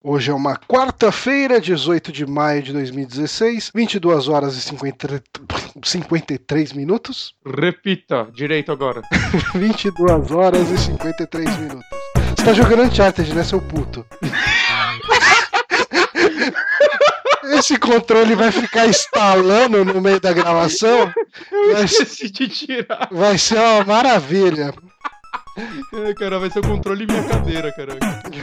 Hoje é uma quarta-feira, 18 de maio de 2016, 22 horas e 53 minutos. Repita, direito agora. 22 horas e 53 minutos. Você tá jogando Uncharted, né, seu puto? Esse controle vai ficar estalando no meio da gravação. Eu esqueci de tirar. Vai ser uma maravilha. Cara, vai ser o controle e minha cadeira, caralho.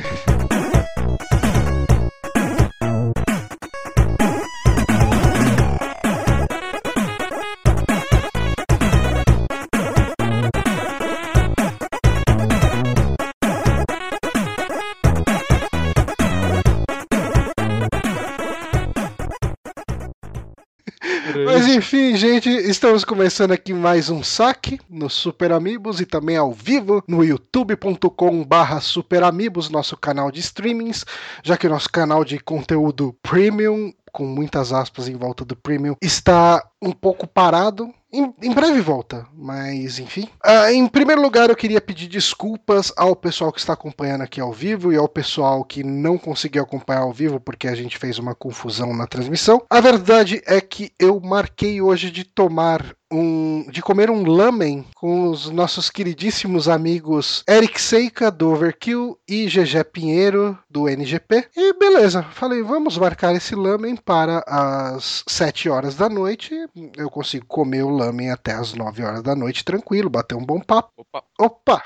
Mas enfim, gente, estamos começando aqui mais um saque no Super Amigos e também ao vivo no youtube.com/Super Amigos, nosso canal de streamings, já que o nosso canal de conteúdo premium, com muitas aspas em volta do premium, está um pouco parado. Em breve volta, mas enfim. Em primeiro lugar, eu queria pedir desculpas ao pessoal que está acompanhando aqui ao vivo e ao pessoal que não conseguiu acompanhar ao vivo porque a gente fez uma confusão na transmissão. A verdade é que eu marquei hoje de comer um lamen com os nossos queridíssimos amigos Eric Seika, do Overkill, e GG Pinheiro, do NGP. E beleza, falei, vamos marcar esse lamen para as 7 horas da noite. Eu consigo comer o lamen até as 9 horas da noite, tranquilo, bater um bom papo. Opa!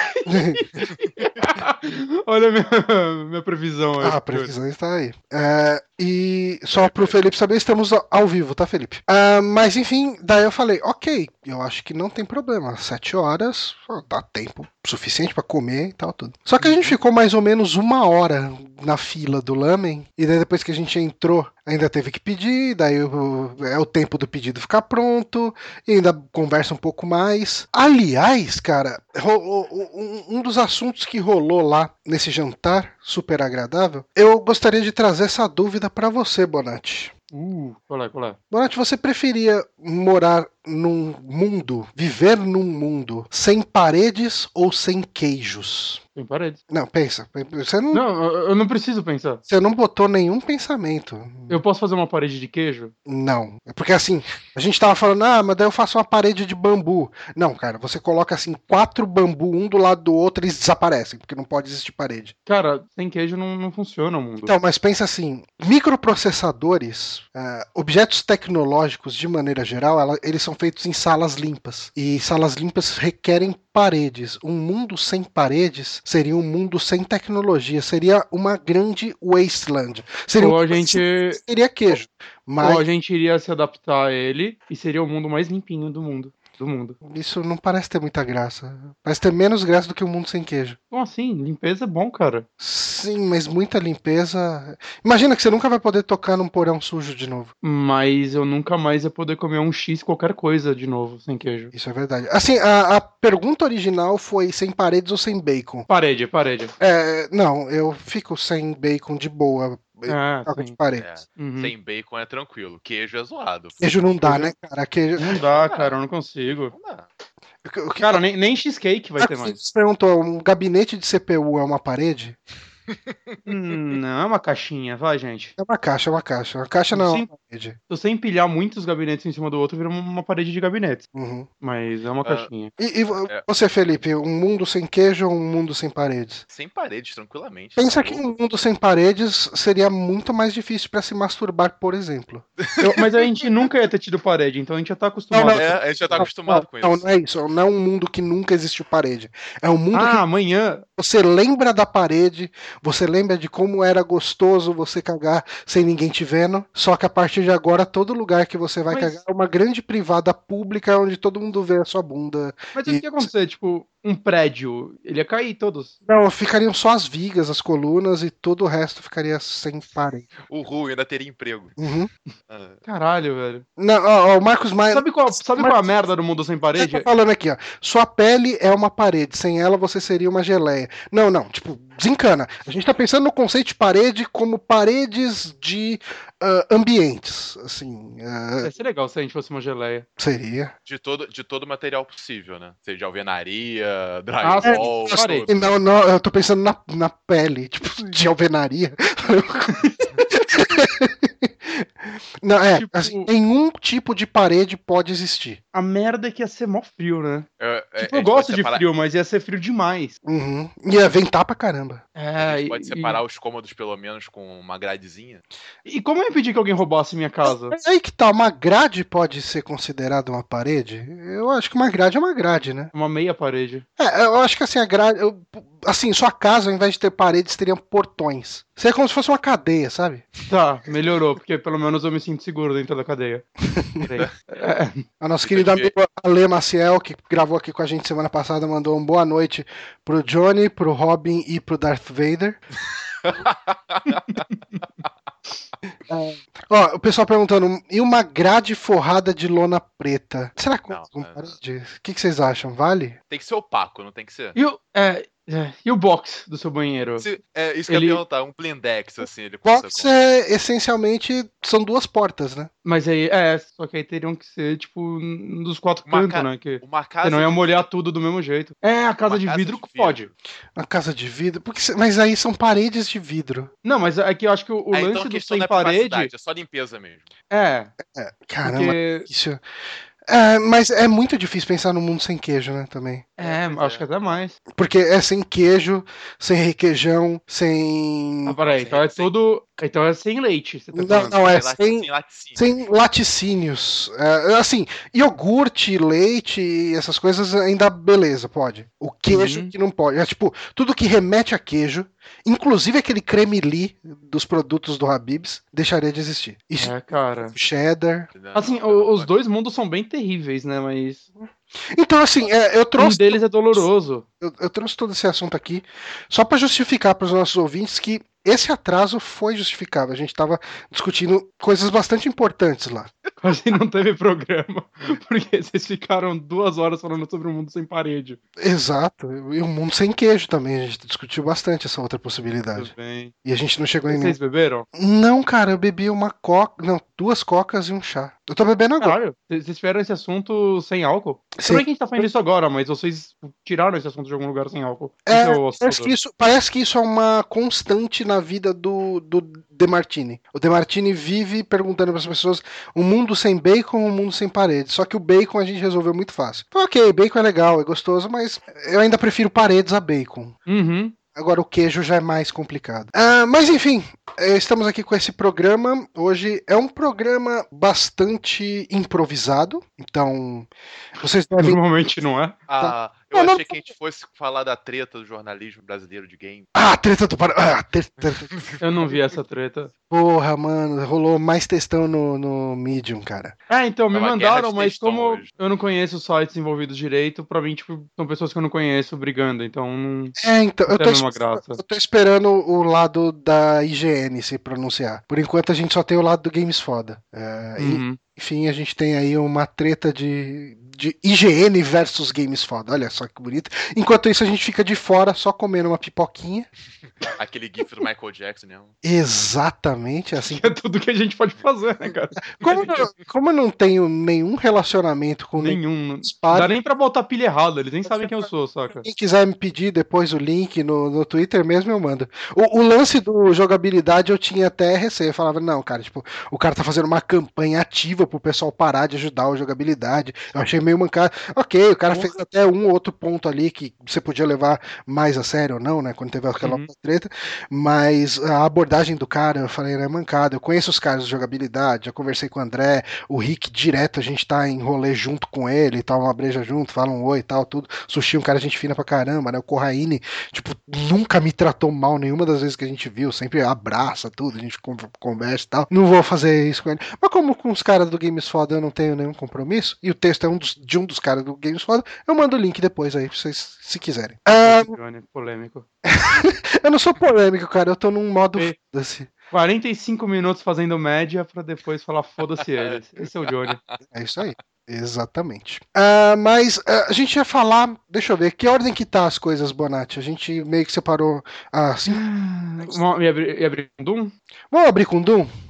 Olha a minha previsão aí. A previsão está aí. E só pro Felipe saber, estamos ao vivo, tá, Felipe? Mas enfim, daí eu falei, ok, eu acho que não tem problema. 7 horas, dá tempo suficiente pra comer e tal, tudo. Só que a gente ficou mais ou menos 1 hora na fila do lamen, e daí depois que a gente entrou, ainda teve que pedir, daí é o tempo do pedido ficar pronto, e ainda conversa um pouco mais. Aliás, cara, um dos assuntos que rolou lá nesse jantar super agradável, eu gostaria de trazer essa dúvida pra você, Bonatti. Qual é? Bonatti, você preferia viver num mundo sem paredes ou sem queijos? Sem paredes. Não, pensa. Não, eu não preciso pensar. Você não botou nenhum pensamento. Eu posso fazer uma parede de queijo? Não. É porque assim, a gente tava falando, mas daí eu faço uma parede de bambu. Não, cara, você coloca assim 4 bambu um do lado do outro e eles desaparecem, porque não pode existir parede. Cara, sem queijo não funciona o mundo. Então, mas pensa assim, microprocessadores, objetos tecnológicos de maneira geral, eles são feitos em salas limpas. E salas limpas requerem paredes. Um mundo sem paredes seria um mundo sem tecnologia, seria uma grande wasteland. Seria queijo. Mas ou a gente iria se adaptar a ele e seria o mundo mais limpinho do mundo. Isso não parece ter muita graça. Parece ter menos graça do que um mundo sem queijo. Como assim? Limpeza é bom, cara. Sim, mas muita limpeza. Imagina que você nunca vai poder tocar num porão sujo de novo. Mas eu nunca mais ia poder comer um X qualquer coisa de novo, sem queijo. Isso é verdade. Assim, a pergunta original foi sem paredes ou sem bacon? Parede. Não, eu fico sem bacon de boa. De paredes. Sem bacon é tranquilo. Queijo é zoado. Queijo não dá, né, cara? Queijo... Não dá, cara, eu não consigo. Não dá. Cara, nem cheesecake vai ter mais. Você perguntou, um gabinete de CPU é uma parede? Não, é uma caixinha, vai, gente. É uma caixa. Uma caixa não é uma parede. Se você empilhar muitos gabinetes em cima do outro, vira uma parede de gabinetes. Mas é uma caixinha. E você, Felipe, um mundo sem queijo ou um mundo sem paredes? Sem paredes, tranquilamente. Pensa que um mundo sem paredes seria muito mais difícil pra se masturbar, por exemplo. Mas a gente nunca ia ter tido parede, então a gente já tá acostumado. A gente já tá acostumado com isso. Não é isso. Não é um mundo que nunca existiu parede. É um mundo que amanhã você lembra da parede, você lembra de como era gostoso você cagar sem ninguém te vendo, só que a partir de agora todo lugar que você vai cagar é uma grande privada pública onde todo mundo vê a sua bunda. Mas o que ia acontecer? Tipo, um prédio, ele ia cair todos. Não, ficariam só as vigas, as colunas e todo o resto ficaria sem parede. O Ru ainda teria emprego. Caralho, velho. Não, o Marcos Maia... Sabe qual é a merda do mundo sem parede? Eu tô falando aqui, ó. Sua pele é uma parede, sem ela você seria uma geleia. Não, tipo, desencana. A gente tá pensando no conceito de parede como paredes de ambientes, assim. Seria legal se a gente fosse uma geleia. Seria. De todo material possível, né? Seja alvenaria, drywall... Não, eu tô pensando na pele, tipo, de alvenaria. Não, Tipo, assim, nenhum tipo de parede pode existir. A merda é que ia ser mó frio, né? Eu gosto de frio, mas ia ser frio demais. Uhum. Ia ventar pra caramba. A gente pode separar os cômodos, pelo menos, com uma gradezinha. E como eu impedir que alguém roubasse minha casa? Aí que tá, uma grade pode ser considerada uma parede? Eu acho que uma grade é uma grade, né? Uma meia parede. Eu acho que assim, a grade... Assim, sua casa, ao invés de ter paredes, teriam portões. Seria como se fosse uma cadeia, sabe? Tá, melhorou, porque pelo menos eu me sinto seguro dentro da cadeia. A nossa querida amiga Ale Maciel, que gravou aqui com a gente semana passada, mandou uma boa noite pro Johnny, pro Robin e pro Darth Vader. Ó, o pessoal perguntando, e uma grade forrada de lona preta? Será que parede? O que vocês acham? Vale? Tem que ser opaco, não tem que ser? E o box do seu banheiro? Isso que eu ia perguntar, um blindex, assim. Ele box essencialmente, são duas portas, né? Mas aí, só que aí teriam que ser, tipo, um dos quatro cantos, né? Que você não ia molhar tudo do mesmo jeito. A casa de vidro pode. A casa de vidro? Mas aí são paredes de vidro. Não, mas é que eu acho que o lance então do sem parede... É só limpeza mesmo. Caramba, porque... isso... mas é muito difícil pensar no mundo sem queijo, né, também. Acho que até mais. Porque é sem queijo, sem requeijão, sem... peraí, então é tudo... Então é sem leite, você tá não, é sem laticínios. Assim, iogurte, leite, essas coisas ainda beleza, pode. O queijo que não pode. Tipo, tudo que remete a queijo, inclusive aquele creme li dos produtos do Habib's, deixaria de existir. Isso, cara. Cheddar. Assim, os dois mundos são bem terríveis, né, mas... Então, assim, eu trouxe... Um deles é doloroso. Eu trouxe todo esse assunto aqui só para justificar para os nossos ouvintes que esse atraso foi justificável. A gente estava discutindo coisas bastante importantes lá. Quase não teve programa, porque vocês ficaram 2 horas falando sobre um mundo sem parede. Exato, e um mundo sem queijo também. A gente discutiu bastante essa outra possibilidade. Tudo bem. E a gente não chegou em... Vocês beberam? Não, cara, eu bebi uma coca... Não, 2 cocas e um chá. Eu tô bebendo agora. Caralho, vocês esperam esse assunto sem álcool? Sei que a gente tá falando isso agora, mas vocês tiraram esse assunto de algum lugar sem álcool. Parece que isso é uma constante na vida do DeMartini. O DeMartini vive perguntando para as pessoas um mundo sem bacon ou um mundo sem paredes. Só que o bacon a gente resolveu muito fácil. Ok, bacon é legal, é gostoso, mas eu ainda prefiro paredes a bacon. Uhum. Agora o queijo já é mais complicado. Mas enfim, estamos aqui com esse programa. Hoje é um programa bastante improvisado. Então, vocês devem... Normalmente não é? Eu achei que a gente fosse falar da treta do jornalismo brasileiro de game. Treta do... Eu não vi essa treta. Porra, mano, rolou mais textão no Medium, cara. Então, me mandaram, mas como hoje. Eu não conheço os sites envolvidos direito, pra mim, tipo, são pessoas que eu não conheço brigando, então não... então, eu tô esperando o lado da IGN se pronunciar. Por enquanto a gente só tem o lado do Games Foda. Enfim, a gente tem aí uma treta de IGN versus Games Foda. Olha só que bonito. Enquanto isso, a gente fica de fora só comendo uma pipoquinha. Aquele gif do Michael Jackson, né? Exatamente. Assim. É tudo que a gente pode fazer, né, cara? Como eu não tenho nenhum relacionamento com nenhum. Não dá nem pra botar pilha errada, eles nem sabem quem eu sou, saca? Quem quiser me pedir depois o link no Twitter mesmo, eu mando. O lance do jogabilidade eu tinha até receio. Eu falava, não, cara, tipo, o cara tá fazendo uma campanha ativa pro pessoal parar de ajudar a jogabilidade. Eu achei meio mancado. Ok, o cara fez até um ou outro ponto ali que você podia levar mais a sério ou não, né? Quando teve aquela treta. Mas a abordagem do cara, eu falei, é mancada. Eu conheço os caras de jogabilidade, já conversei com o André, o Rick direto, a gente tá em rolê junto com ele, tá uma breja junto, fala um oi e tal, tudo. Sushi, um cara gente fina pra caramba, né? O Corraine, tipo, nunca me tratou mal nenhuma das vezes que a gente viu, sempre abraça tudo, a gente conversa e tal. Não vou fazer isso com ele. Mas como com os caras do Games Foda eu não tenho nenhum compromisso, e o texto é de um dos caras do Games Foda, eu mando o link depois aí pra vocês, se quiserem. Polêmico. Eu não sou polêmico, cara, eu tô num modo foda-se. 45 minutos fazendo média pra depois falar foda-se eles. Esse é o Johnny. É isso aí. Exatamente. Mas a gente ia falar. Deixa eu ver, que ordem que tá as coisas, Bonatti? A gente meio que separou assim. Vamos abrir com Doom? Vamos abrir com Doom?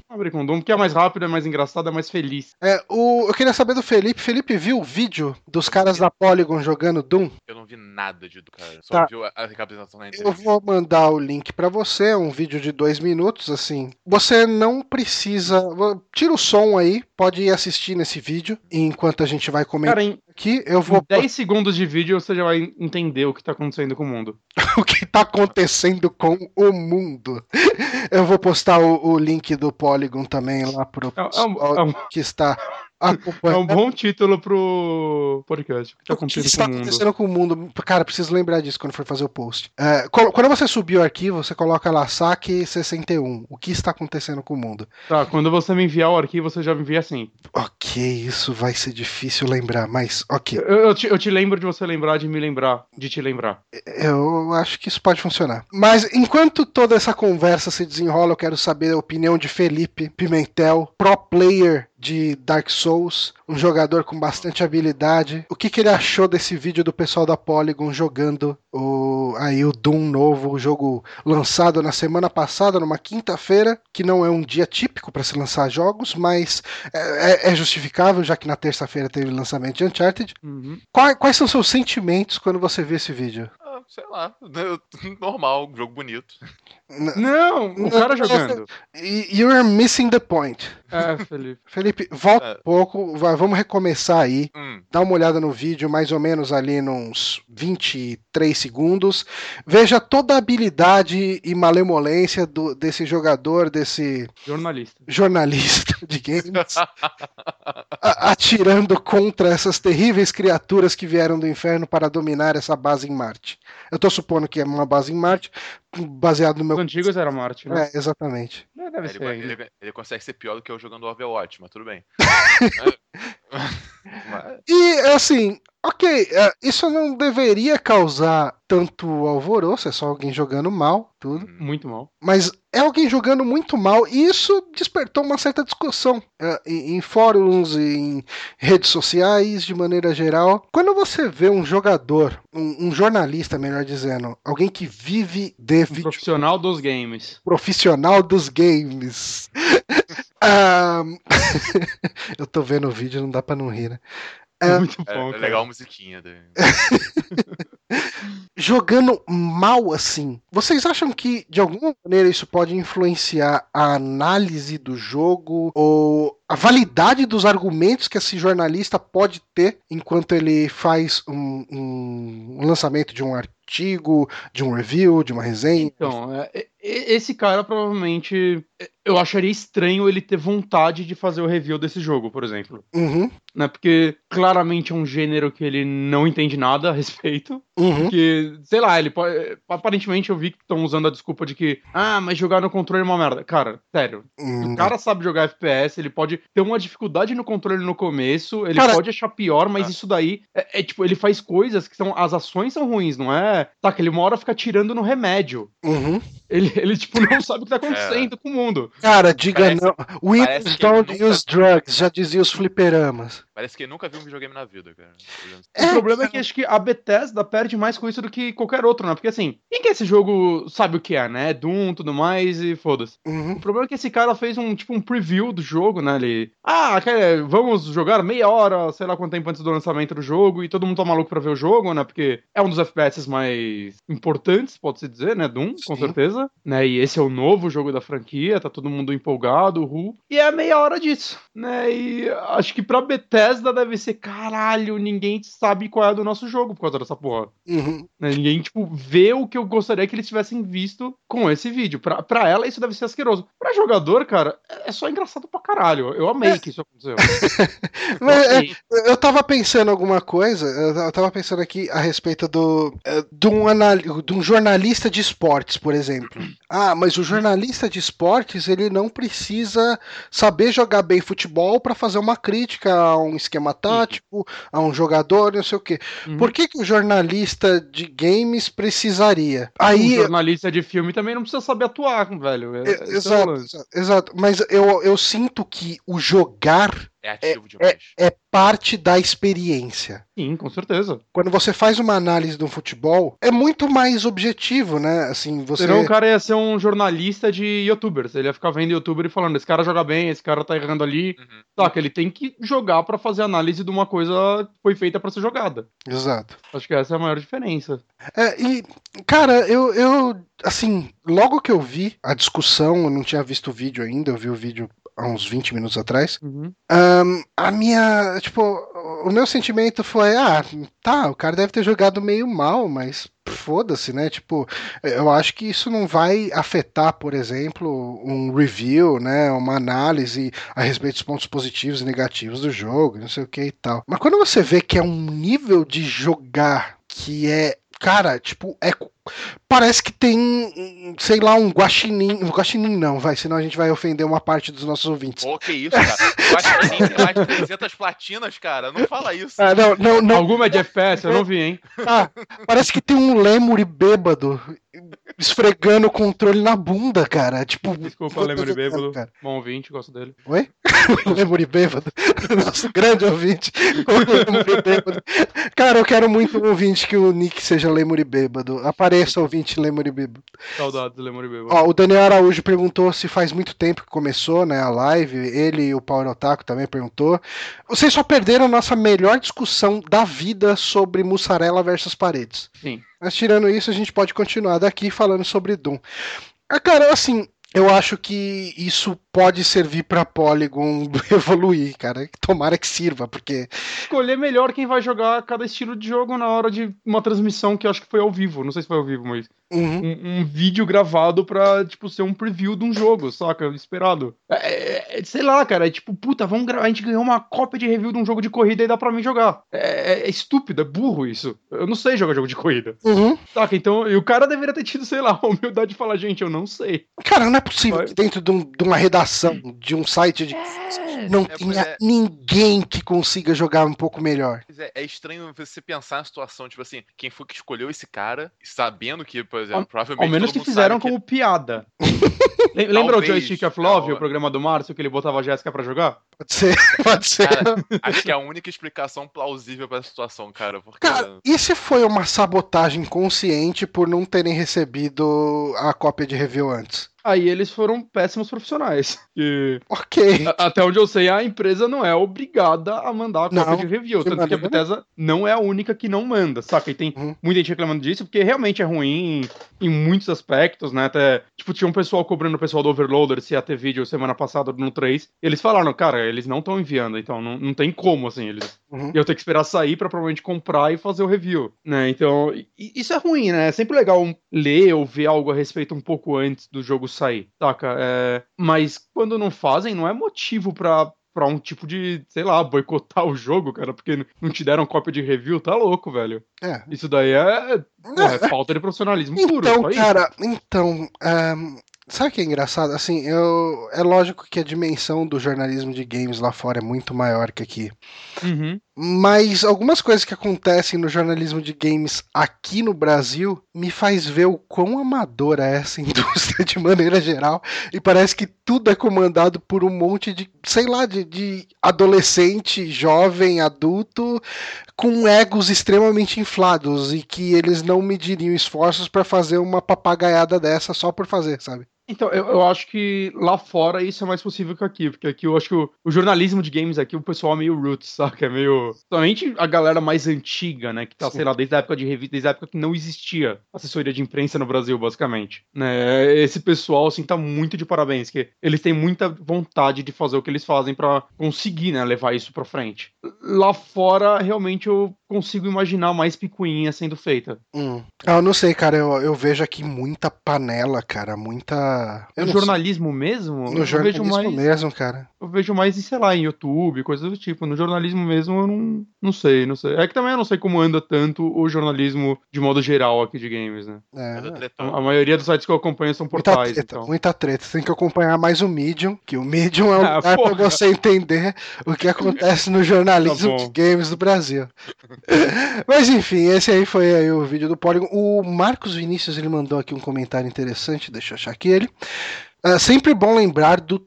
abrir com Doom, porque é mais rápido, é mais engraçado, é mais feliz. Eu queria saber do Felipe. Felipe viu o vídeo dos caras da Polygon jogando Doom? Eu não vi nada de Doom, cara. Só vi a representação na internet. Eu vou mandar o link pra você, um vídeo de 2 minutos, assim. Você não precisa... Tira o som aí, pode ir assistir nesse vídeo, enquanto a gente vai comentar aqui. Eu vou... Em 10 segundos de vídeo você já vai entender o que tá acontecendo com o mundo. O que tá acontecendo com o mundo. Eu vou postar o link do Polygon também lá pro que está acompanhando. É um bom título pro podcast. O que tá acontecendo com o mundo? Cara, preciso lembrar disso quando for fazer o post. Quando você subir o arquivo, você coloca lá saque 61. O que está acontecendo com o mundo? Tá, quando você me enviar o arquivo, você já me envia assim. Ok, isso vai ser difícil lembrar, mas ok. Eu te lembro de você lembrar, de me lembrar, de te lembrar. Eu acho que isso pode funcionar. Mas enquanto toda essa conversa se desenrola, eu quero saber a opinião de Felipe Pimentel, pro player de Dark Souls, um jogador com bastante habilidade. O que ele achou desse vídeo do pessoal da Polygon jogando o Doom novo, o jogo lançado na semana passada, numa quinta-feira, que não é um dia típico para se lançar jogos, mas é justificável, já que na terça-feira teve o lançamento de Uncharted. Uhum. Quais são seus sentimentos quando você vê esse vídeo? Sei lá, normal, jogo bonito. Não, o cara jogando. You're missing the point. Felipe. Felipe, volta um pouco, vamos recomeçar aí. Dá uma olhada no vídeo, mais ou menos ali nos 23 segundos. Veja toda a habilidade e malemolência desse jogador, desse jornalista de games, atirando contra essas terríveis criaturas que vieram do inferno para dominar essa base em Marte. Eu tô supondo que é uma base em Marte, baseado no meu... Os antigos era Marte, né? Exatamente. Ele consegue ser pior do que eu jogando Overwatch, mas tudo bem. E, assim, ok, isso não deveria causar tanto alvoroço, é só alguém jogando mal, tudo. Muito mal. Mas é alguém jogando muito mal, e isso despertou uma certa discussão em fóruns, em redes sociais, de maneira geral. Quando você vê um jogador, um jornalista, melhor dizendo, alguém que vive de vídeo... Profissional dos games. Profissional dos games. Eu tô vendo o vídeo, não dá pra não rir, né? Muito bom, é legal a musiquinha dele. Jogando mal assim, vocês acham que de alguma maneira isso pode influenciar a análise do jogo ou a validade dos argumentos que esse jornalista pode ter enquanto ele faz um lançamento de um artigo, de um review, de uma resenha? Então, esse cara provavelmente... Eu acharia estranho ele ter vontade de fazer o review desse jogo, por exemplo. Uhum. Né? Porque claramente é um gênero que ele não entende nada a respeito. Uhum. Porque, sei lá, ele pode... Aparentemente eu vi que estão usando a desculpa de que mas jogar no controle é uma merda. Cara, sério. O cara sabe jogar FPS, ele pode ter uma dificuldade no controle no começo, ele pode achar pior, mas isso daí tipo, ele faz coisas que são... As ações são ruins, não é? Saca, ele uma hora fica tirando no remédio. Uhum. Ele tipo, não sabe o que tá acontecendo com o mundo. Cara, diga não. Winners don't use drugs, já dizia os fliperamas. Parece que ele nunca viu um videogame na vida, cara. O problema é que acho que a Bethesda perde mais com isso do que qualquer outro, né? Porque assim, quem que esse jogo sabe o que é, né? Doom, tudo mais e foda-se. Uhum. O problema é que esse cara fez um preview do jogo, né? Ele, vamos jogar meia hora, sei lá quanto tempo antes do lançamento do jogo, e todo mundo tá maluco pra ver o jogo, né? Porque é um dos FPS mais importantes, pode-se dizer, né? Doom, com certeza, né? E esse é o novo jogo da franquia, tá todo mundo empolgado, e é meia hora disso, né? E acho que pra Bethesda deve ser, caralho, ninguém sabe qual é do nosso jogo por causa dessa porra. Uhum. Né? Ninguém, vê o que eu gostaria que eles tivessem visto com esse vídeo. Pra ela, isso deve ser asqueroso. Pra jogador, cara, é só engraçado pra caralho. Eu amei que isso aconteceu. Mas, eu tava pensando alguma coisa, eu tava pensando aqui a respeito de um jornalista de esportes, por exemplo. Mas o jornalista de esportes, ele não precisa saber jogar bem futebol pra fazer uma crítica a um esquema tático, a um jogador, não sei o quê. Por que o jornalista de games precisaria? Um jornalista de filme também não precisa saber atuar, velho. Exato. Mas eu sinto que o jogar É ativo demais. É parte da experiência. Sim, com certeza. Quando você faz uma análise do futebol, é muito mais objetivo, né? Assim, você... Senão o cara ia ser um jornalista de youtubers. Ele ia ficar vendo youtuber e falando, esse cara joga bem, esse cara tá errando ali. Saca, ele tem que jogar pra fazer análise de uma coisa que foi feita pra ser jogada. Exato. Acho que essa é a maior diferença. E, cara, eu assim, logo que eu vi a discussão, eu não tinha visto o vídeo ainda, eu vi o vídeo há uns 20 minutos atrás. A minha, tipo, o meu sentimento foi, tá, o cara deve ter jogado meio mal, mas foda-se, né? Tipo, eu acho que isso não vai afetar, por exemplo, um review, né? Uma análise a respeito dos pontos positivos e negativos do jogo, não sei o que e tal. Mas quando você vê que é um nível de jogar que é, cara, tipo, parece que tem, sei lá, um guaxinim não, senão a gente vai ofender uma parte dos nossos ouvintes. Pô, que isso, cara. Guaxinim tem mais de 300 platinas, cara. Não fala isso. Não. Alguma é de FPS? Eu não vi, hein? Parece que tem um lemur bêbado esfregando o controle na bunda, cara. Tipo, desculpa, lemur bêbado. Cara. Bom ouvinte, gosto dele. Oi? Lemur bêbado. Nosso grande ouvinte. Lemur bêbado. Cara, eu quero muito um ouvinte que o nick seja lemur bêbado. Apareça, ouvinte lemur bêbado. Saudades do lemur bêbado. Ó, o Daniel Araújo perguntou se faz muito tempo que começou, né, a live. Ele e o Power Otaku também perguntou. Vocês só perderam a nossa melhor discussão da vida sobre mussarela versus paredes. Sim. Mas tirando isso, a gente pode continuar daqui falando sobre Doom. Cara, assim, eu acho que isso pode servir pra Polygon evoluir, cara. Tomara que sirva, porque... Escolher melhor quem vai jogar cada estilo de jogo na hora de uma transmissão que eu acho que foi ao vivo. Não sei se foi ao vivo, mas... Um vídeo gravado pra, tipo, ser um preview de um jogo, saca? Esperado. Sei lá, cara, é tipo, puta, vamos gravar, a gente ganhou uma cópia de review de um jogo de corrida e dá pra mim jogar. É estúpido, é burro isso. Eu não sei jogar jogo de corrida. Saca? Então, e o cara deveria ter tido, sei lá, a humildade de falar, gente, eu não sei. Cara, não é possível que dentro de uma redação, de um site, não tenha ninguém que consiga jogar um pouco melhor. É estranho você pensar na situação, tipo assim, quem foi que escolheu esse cara, sabendo que, por exemplo, provavelmente... Ao menos que fizeram como piada. Lembra o Joystick of Love, o programa do Márcio, que ele botava a Jéssica pra jogar? Pode ser. Cara, acho que é a única explicação plausível pra situação, cara. Porque... Cara, e se foi uma sabotagem consciente por não terem recebido a cópia de review antes? Aí eles foram péssimos profissionais. E... Ok. Até onde eu sei, a empresa não é obrigada a mandar a cópia de review. Tanto que a Bethesda não é a única que não manda, saca? E tem muita gente reclamando disso, porque realmente é ruim em muitos aspectos, né? Até, tipo, tinha um pessoal cobrando o pessoal do Overloader se ia ter vídeo semana passada no 3. E eles falaram, cara, eles não estão enviando, então não tem como, assim, eles... Eu tenho que esperar sair pra provavelmente comprar e fazer o review, né? Então, isso é ruim, né? É sempre legal ler ou ver algo a respeito um pouco antes do jogo sair, saca? Mas quando não fazem, não é motivo pra um tipo de, sei lá, boicotar o jogo, cara, porque não te deram cópia de review, tá louco, velho. Isso daí é falta de profissionalismo puro. Então, cara, sabe o que é engraçado? Assim, é lógico que a dimensão do jornalismo de games lá fora é muito maior que aqui. Mas algumas coisas que acontecem no jornalismo de games aqui no Brasil me faz ver o quão amadora é essa indústria de maneira geral. E parece que tudo é comandado por um monte de, sei lá, de adolescente, jovem, adulto, com egos extremamente inflados e que eles não mediriam esforços para fazer uma papagaiada dessa só por fazer, sabe? Então, eu acho que lá fora isso é mais possível que aqui, porque aqui eu acho que o jornalismo de games aqui, o pessoal é meio roots, sabe? É meio... Somente a galera mais antiga, né? Que tá, sei lá, desde a época de revista, desde a época que não existia assessoria de imprensa no Brasil, basicamente. Né? Esse pessoal, assim, tá muito de parabéns, que eles têm muita vontade de fazer o que eles fazem pra conseguir, né? Levar isso pra frente. Lá fora, realmente, eu consigo imaginar mais picuinha sendo feita. Eu não sei, cara, eu vejo aqui muita panela, cara, muita... No jornalismo mesmo? No jornalismo mesmo, cara. Eu vejo mais, sei lá, em YouTube, coisas do tipo. No jornalismo mesmo eu não sei. É que também eu não sei como anda tanto o jornalismo de modo geral aqui de games, né? A maioria dos sites que eu acompanho são portais. Muita treta. Você tem que acompanhar mais o Medium, que o Medium é o lugar pra você entender o que acontece no jornalismo de games do Brasil. Mas enfim, esse aí foi aí o vídeo do Polygon. O Marcos Vinícius, ele mandou aqui um comentário interessante, deixa eu achar aqui ele. Sempre bom lembrar do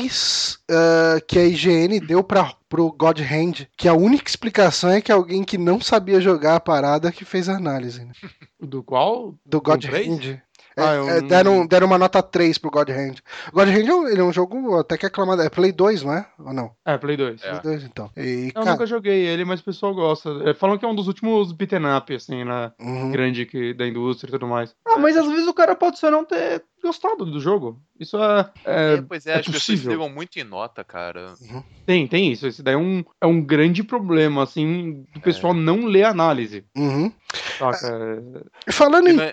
3 que a IGN deu pro God Hand, que a única explicação é que alguém que não sabia jogar a parada que fez a análise. Né? Do qual? Do God Do 3? Hand. Eu não- Deram uma nota 3 pro God Hand. O God Hand ele é um jogo até que aclamado. É Play 2, não é? Ou não? Play 2. É. Play 2, então. E, Eu cara, nunca joguei ele, mas o pessoal gosta. Falam que é um dos últimos beaten up, assim, né? uhum. Grande da indústria e tudo mais. Mas às vezes o cara pode só não ter gostado do jogo. Isso Pois é, as pessoas possível. ligam muito em nota, cara. Tem isso. Esse daí é um grande problema, assim, do pessoal não ler a análise. Uhum. Saca? Falando E, em não é-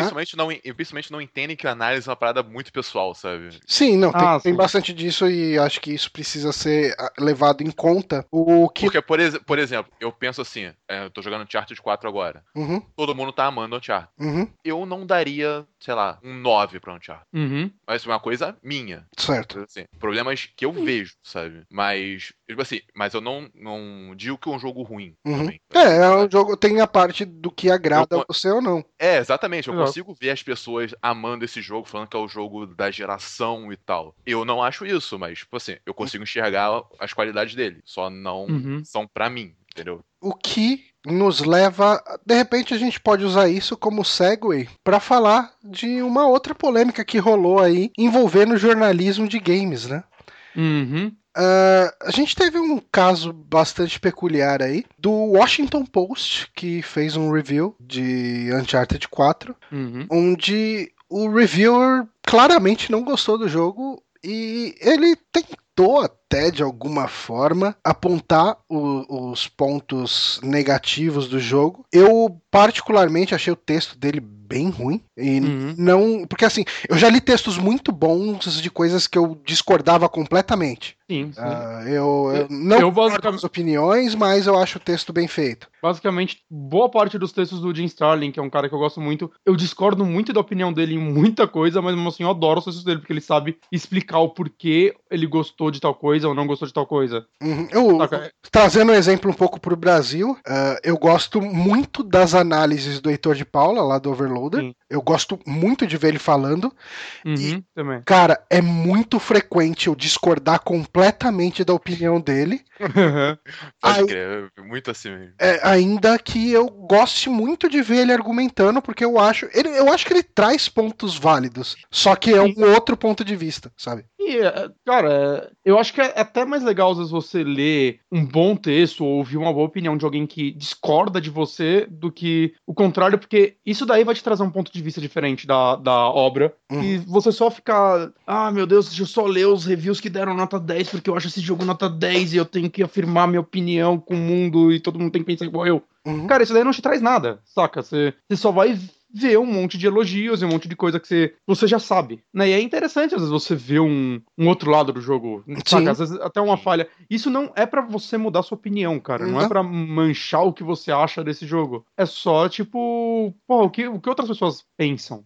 e principalmente não entendem que a análise é uma parada muito pessoal, sabe? Sim, não, tem Sim. bastante disso e acho que isso precisa ser levado em conta. O que... Porque, por exemplo, eu penso assim, eu tô jogando Uncharted 4 agora. Uhum, Todo mundo tá amando Uncharted. uhum, Eu não daria, sei lá, um 9 pra Uncharted. Uhum. Mas é uma coisa minha. certo. Assim, problemas que eu vejo, sabe? Mas, tipo assim, mas eu não digo que é um jogo ruim Uhum. também. Um jogo, tem a parte do que agrada Eu- você ou não. Exatamente. Eu Exato. consigo ver as pessoas amando esse jogo, falando que é o jogo da geração e tal. Eu não acho isso, mas, tipo assim, eu consigo enxergar as qualidades dele. Só não são pra mim, entendeu? O que nos leva, de repente a gente pode usar isso como segue para falar de uma outra polêmica que rolou aí envolvendo jornalismo de games, né? Uhum. A gente teve um caso bastante peculiar aí do Washington Post, que fez um review de Uncharted 4, Uhum. onde o reviewer claramente não gostou do jogo e ele tentou até de alguma forma apontar os pontos negativos do jogo. Eu particularmente achei o texto dele bem ruim e não, porque assim, eu já li textos muito bons de coisas que eu discordava completamente. Sim. Eu não Eu concordo com as opiniões, mas eu acho o texto bem feito. Basicamente, boa parte dos textos do Jim Starlin, que é um cara que eu gosto muito, eu discordo muito da opinião dele em muita coisa, mas mesmo assim eu adoro os textos dele, porque ele sabe explicar o porquê ele gostou de tal coisa ou não gostou de tal coisa. Trazendo um exemplo um pouco pro Brasil, eu gosto muito das análises do Heitor de Paula, lá do Overloader. Sim. Eu gosto muito de ver ele falando. E, também. cara, é muito frequente eu discordar completamente da opinião dele. Pode crer, é muito assim mesmo. Ainda que eu goste muito de ver ele argumentando, porque eu acho que ele traz pontos válidos. Só que é um outro ponto de vista, sabe? E, cara, eu acho que é até mais legal às vezes você ler um bom texto ou ouvir uma boa opinião de alguém que discorda de você do que o contrário, porque isso daí vai te trazer um ponto de vista diferente da obra. E você só ficar, meu Deus, deixa eu só ler os reviews que deram nota 10 porque eu acho esse jogo nota 10 e eu tenho que afirmar minha opinião com o mundo e todo mundo tem que pensar igual eu. Cara, isso daí não te traz nada, saca? Você só vai ver um monte de elogios e um monte de coisa que você já sabe, né? E é interessante, às vezes, você ver um outro lado do jogo, saca? Às vezes até uma falha. Isso não é pra você mudar sua opinião, cara. Não é pra manchar o que você acha desse jogo. É só, tipo, o que outras pessoas pensam.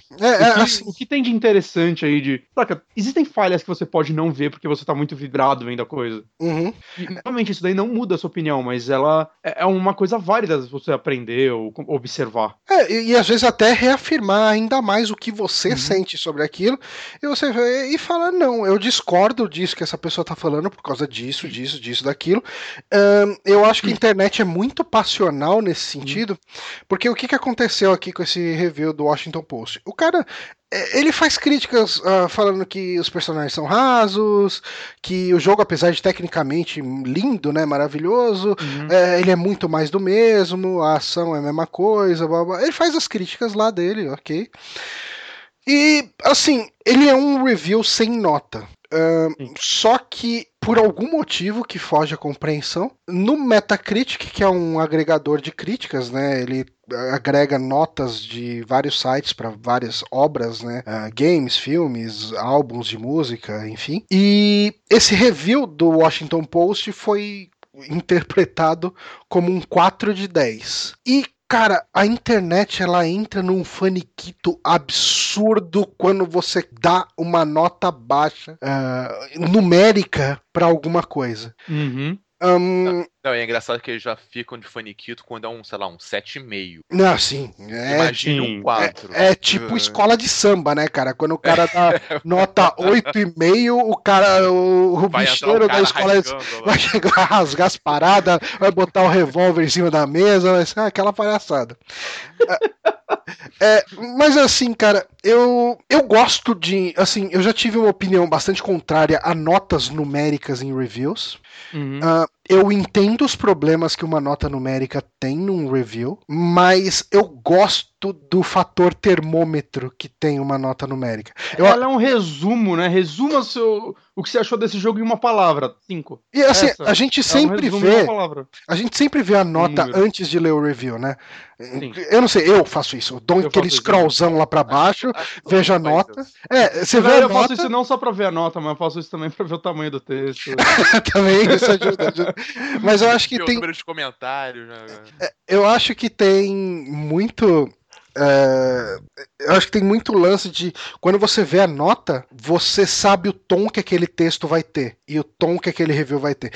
O que tem de interessante aí saca? Existem falhas que você pode não ver porque você tá muito vibrado vendo a coisa. E, realmente, isso daí não muda a sua opinião, mas ela é uma coisa válida você aprender ou observar. E às vezes até reafirmar ainda mais o que você sente sobre aquilo, e você e falar, não, eu discordo disso que essa pessoa tá falando por causa disso, daquilo. Eu acho que a internet é muito passional nesse sentido, porque o que aconteceu aqui com esse review do Washington Post? O cara, ele faz críticas falando que os personagens são rasos, que o jogo, apesar de tecnicamente lindo, né, maravilhoso, ele é muito mais do mesmo, a ação é a mesma coisa, blá, blá. Ele faz as críticas lá dele, ok. E, assim, ele é um review sem nota. Só que, por algum motivo que foge à compreensão, no Metacritic, que é um agregador de críticas, né, ele agrega notas de vários sites para várias obras, né, games, filmes, álbuns de música, enfim. E esse review do Washington Post foi interpretado como um 4 de 10. E, cara, a internet ela entra num faniquito absurdo quando você dá uma nota baixa numérica para alguma coisa. Não, é engraçado que eles já ficam de faniquito quando é um, sei lá, um 7,5. Não, sim. Imagine um 4. É tipo escola de samba, né, cara? Quando o cara dá nota 8,5, o cara, o bicheiro da escola vai chegar a rasgar as paradas, vai botar o revólver em cima da mesa, vai ser aquela palhaçada. Mas assim, cara, eu gosto de... Assim, eu já tive uma opinião bastante contrária a notas numéricas em reviews. Eu entendo os problemas que uma nota numérica tem num review, mas eu gosto do fator termômetro que tem uma nota numérica. Ela é um resumo, né? Resuma o que você achou desse jogo em uma palavra. 5. E assim, a gente sempre vê a nota antes de ler o review, né? Sim. Eu não sei, eu faço isso. Eu dou aquele scrollzão lá pra baixo, vejo a nota. Você vê a nota. Eu faço isso não só pra ver a nota, mas eu faço isso também pra ver o tamanho do texto. Também, isso ajuda. Mas eu acho que tem... número de comentários, né? Eu acho que tem muito... eu acho que tem muito lance de quando você vê a nota, você sabe o tom que aquele texto vai ter e o tom que aquele review vai ter.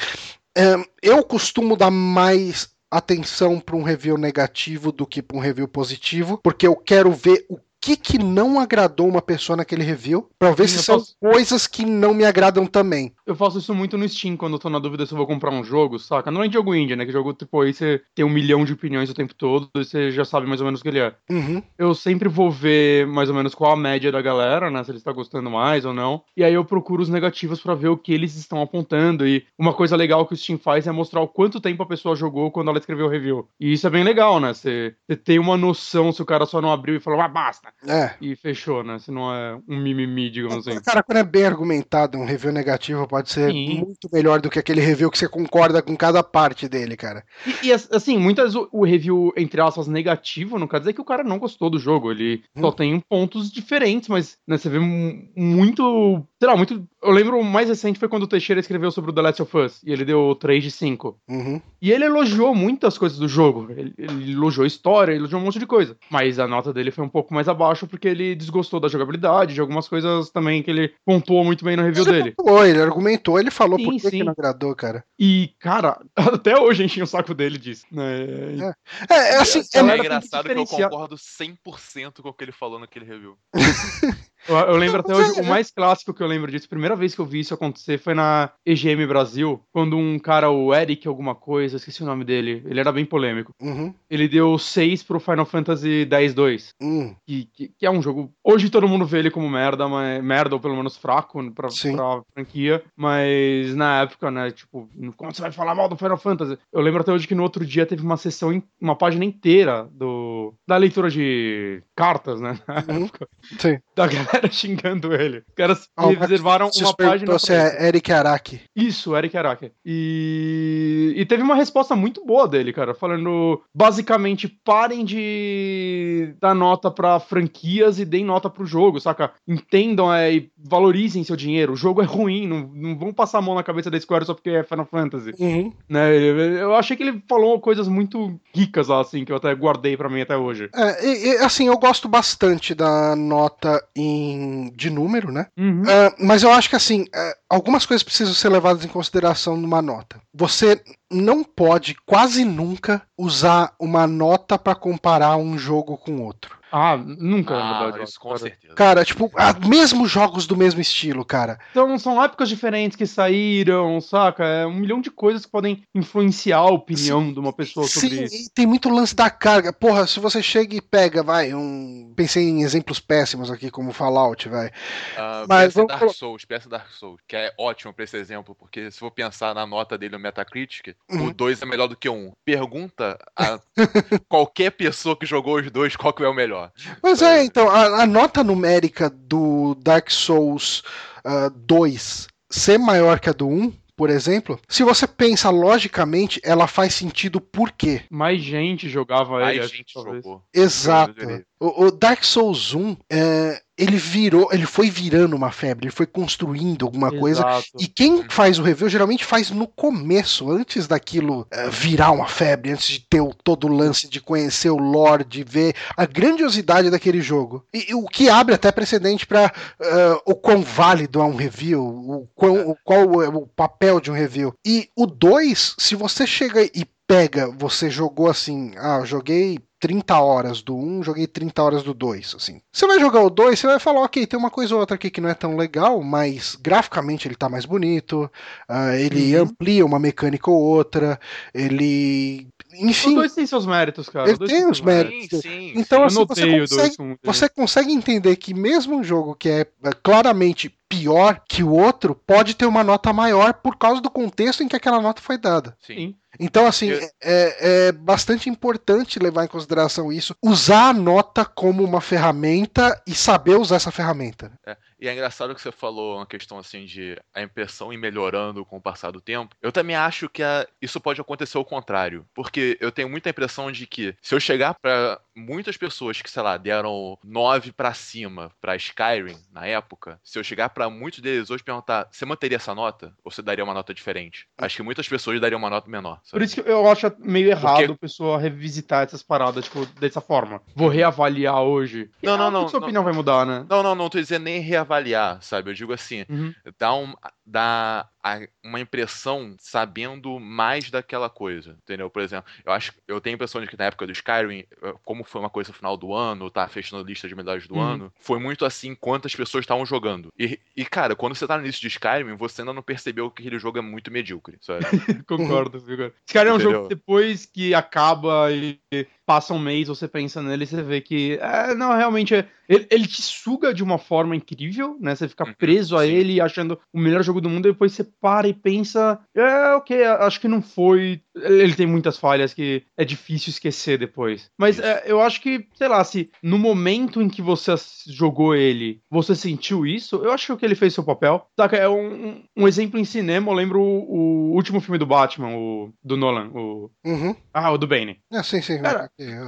Eu costumo dar mais atenção para um review negativo do que para um review positivo, porque eu quero ver o que não agradou uma pessoa naquele review, pra ver se são coisas que não me agradam também. Eu faço isso muito no Steam, quando eu tô na dúvida se eu vou comprar um jogo, saca? Não é jogo indie, né? Que jogo, tipo, aí você tem 1 milhão de opiniões o tempo todo e você já sabe mais ou menos o que ele é. Eu sempre vou ver mais ou menos qual a média da galera, né? Se eles estão gostando mais ou não. E aí eu procuro os negativos pra ver o que eles estão apontando. E uma coisa legal que o Steam faz é mostrar o quanto tempo a pessoa jogou quando ela escreveu o review. E isso é bem legal, né? Você tem uma noção se o cara só não abriu e falou, basta. E fechou, né? Se não é um mimimi, digamos assim. Cara, quando é bem argumentado, um review negativo pode ser muito melhor do que aquele review que você concorda com cada parte dele, cara. E assim, muitas vezes o review, entre aspas, negativo, não quer dizer que o cara não gostou do jogo. Ele só tem pontos diferentes, mas né, você vê muito... Sei lá, muito... Eu lembro o mais recente foi quando o Teixeira escreveu sobre o The Last of Us, e ele deu 3 de 5. E ele elogiou muitas coisas do jogo. Ele elogiou a história, ele elogiou um monte de coisa. Mas a nota dele foi um pouco mais abaixo, porque ele desgostou da jogabilidade, de algumas coisas também que ele pontuou muito bem no review dele. Ele argumentou, ele falou por que não agradou, cara. E, cara, até hoje enchi o saco dele disso. Né? Assim, é engraçado que eu concordo 100% com o que ele falou naquele review. Eu lembro até hoje, o mais clássico que eu lembro disso, a primeira vez que eu vi isso acontecer foi na EGM Brasil, quando um cara, o Eric alguma coisa, esqueci o nome dele, ele era bem polêmico. Ele deu 6 pro Final Fantasy X-2, que é um jogo, hoje todo mundo vê ele como merda, ou pelo menos fraco pra franquia, mas na época, né, tipo, como você vai falar mal do Final Fantasy? Eu lembro até hoje que no outro dia teve uma sessão, uma página inteira da leitura de cartas, né, na época. Sim. Da galera xingando ele. Os caras reservaram uma página. Você é Eric Araki. Isso, Eric Araki. E teve uma resposta muito boa dele, cara. Falando, basicamente, parem de dar nota pra franquias e deem nota pro jogo, saca? Entendam e valorizem seu dinheiro. O jogo é ruim, não vão passar a mão na cabeça da Square só porque é Final Fantasy. Né? Eu achei que ele falou coisas muito ricas lá, assim, que eu até guardei pra mim até hoje. Assim, eu gosto bastante da nota de número, né? Mas eu acho que assim, algumas coisas precisam ser levadas em consideração numa nota. Você não pode quase nunca usar uma nota para comparar um jogo com outro. Nunca, na verdade. Isso com certeza. Cara, tipo, mesmo jogos do mesmo estilo, cara. Então, são épocas diferentes que saíram, saca? É 1 milhão de coisas que podem influenciar a opinião de uma pessoa sobre isso. Sim, tem muito lance da carga. Porra, se você chega e pega, pensei em exemplos péssimos aqui, como Fallout, vai. Mas Dark Souls, que é ótimo pra esse exemplo, porque se for pensar na nota dele no Metacritic, o 2 é melhor do que o 1. Pergunta a qualquer pessoa que jogou os dois qual que é o melhor. Mas então, a nota numérica do Dark Souls 2 ser maior que a do 1, por exemplo, se você pensa logicamente, ela faz sentido por quê? Mais gente jogava ele. Mais gente jogou. Exato. O Dark Souls 1, ele foi virando uma febre, ele foi construindo alguma coisa. E quem faz o review geralmente faz no começo, antes daquilo virar uma febre, antes de ter todo o lance de conhecer o lore, de ver a grandiosidade daquele jogo. E o que abre até precedente para o quão válido é um review, qual é o papel de um review. E o 2, se você chega e você jogou assim, eu joguei 30 horas do 1, joguei 30 horas do 2, assim. Você vai jogar o 2, você vai falar, ok, tem uma coisa ou outra aqui que não é tão legal, mas graficamente ele tá mais bonito, ele amplia uma mecânica ou outra, ele... Enfim... O 2 tem seus méritos, cara. Ele tem os méritos. Sim. Então, assim, você consegue entender que mesmo um jogo que é claramente pior que o outro, pode ter uma nota maior por causa do contexto em que aquela nota foi dada. Sim. Então, assim, é bastante importante levar em consideração isso, usar a nota como uma ferramenta e saber usar essa ferramenta. E é engraçado que você falou uma questão assim de a impressão ir melhorando com o passar do tempo. Eu também acho que isso pode acontecer ao contrário, porque eu tenho muita impressão de que se eu chegar pra muitas pessoas que, sei lá, deram 9 pra cima pra Skyrim na época, se eu chegar pra muitos deles hoje e perguntar, você manteria essa nota? Ou você daria uma nota diferente? Acho que muitas pessoas dariam uma nota menor. Sabe? Por isso que eu acho meio errado a pessoa revisitar essas paradas, tipo, dessa forma. Vou reavaliar hoje. Não. Sua opinião vai mudar, né? Não tô dizendo nem reavaliar, sabe? Eu digo assim, dá uma impressão sabendo mais daquela coisa, entendeu? Por exemplo, eu tenho a impressão de que na época do Skyrim, como foi uma coisa no final do ano, tá fechando a lista de melhores do ano, foi muito assim quantas pessoas estavam jogando. E, cara, quando você tá no início de Skyrim, você ainda não percebeu que aquele jogo é muito medíocre, sabe? Concordo. Skyrim é um jogo que depois que acaba e passa um mês, você pensa nele e você vê que, não, realmente, ele te suga de uma forma incrível, né? Você fica preso a ele, achando o melhor jogo do mundo, e depois você para e pensa, ok, acho que não foi. Ele tem muitas falhas que é difícil esquecer depois. Mas eu acho que, sei lá, se no momento em que você jogou ele, você sentiu isso, eu acho que ele fez seu papel. Saca? É um exemplo em cinema, eu lembro o último filme do Batman, do Nolan, o do Bane. Sim. Cara,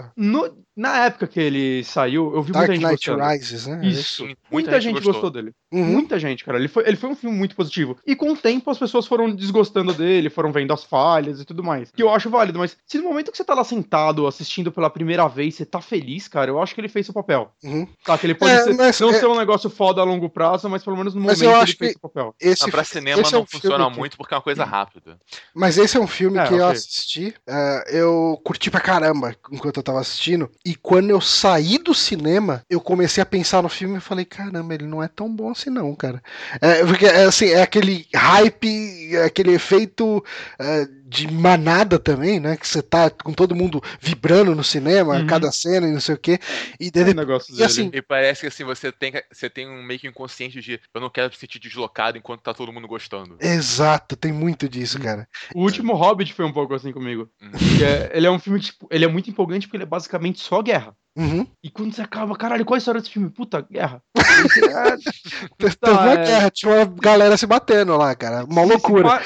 na época que ele saiu, eu vi Dark muita gente Knight gostando. Rises, né? Isso. Muita gente gostou dele. Muita gente, cara. Ele foi um filme muito positivo. E com o tempo as pessoas foram desgostando dele, foram vendo as falhas e tudo mais. Que eu acho válido, mas se no momento que você tá lá sentado, assistindo pela primeira vez, você tá feliz, cara, eu acho que ele fez seu papel. Tá, que ele pode ser um negócio foda a longo prazo, mas pelo menos no momento ele fez seu papel. Pra cinema não funciona muito porque é uma coisa rápida. Mas esse é um filme que eu assisti, eu curti pra caramba enquanto eu tava assistindo, e quando eu saí do cinema, eu comecei a pensar no filme e falei, caramba, ele não é tão bom assim não, cara. Porque, assim, é aquele hype, aquele efeito de manada também, né, que você tá com todo mundo vibrando no cinema, cada cena e não sei o quê, e assim, e parece que assim, você tem um meio que inconsciente de eu não quero me sentir deslocado enquanto tá todo mundo gostando. Exato, tem muito disso, cara. O último Hobbit foi um pouco assim comigo. Ele é um filme, tipo, ele é muito empolgante porque ele é basicamente só guerra. E quando você acaba, caralho, qual é a história desse filme? Puta, guerra. Teve uma guerra, tinha uma galera se batendo lá, cara. Uma loucura.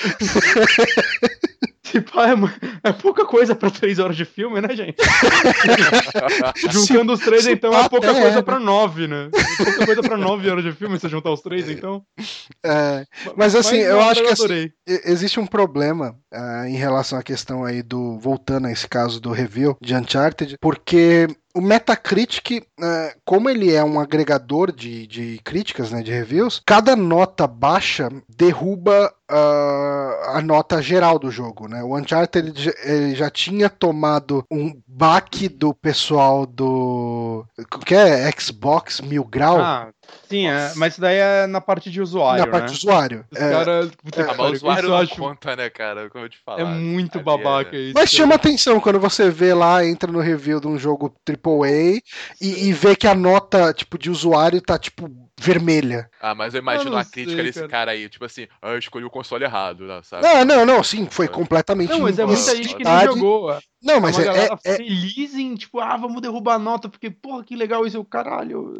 É pouca coisa pra 3 horas de filme, né, gente? Juntando os 3, então, é pouca coisa pra 9, né? Pouca coisa pra 9 horas de filme, se juntar os 3, então. Mas assim, eu acho que assim, existe um problema em relação à questão aí voltando a esse caso do review de Uncharted, porque o Metacritic, como ele é um agregador de críticas, né, de reviews, cada nota baixa derruba a nota geral do jogo, né? O Uncharted ele já tinha tomado um baque do pessoal do Xbox 1000 Grau. Sim, mas isso daí é na parte de usuário, na parte de usuário. O usuário não conta, né, cara? Como eu te falar. É muito babaca isso. Mas chama atenção quando você vê lá, entra no review de um jogo AAA e vê que a nota, tipo, de usuário tá, tipo, vermelha. Mas eu imagino a crítica desse cara aí, tipo assim, eu escolhi o console errado, sabe? Não, sim, foi completamente. Não, mas é muita gente que nem jogou. Não, mas uma galera feliz em, tipo, vamos derrubar a nota, porque, porra, que legal isso, caralho.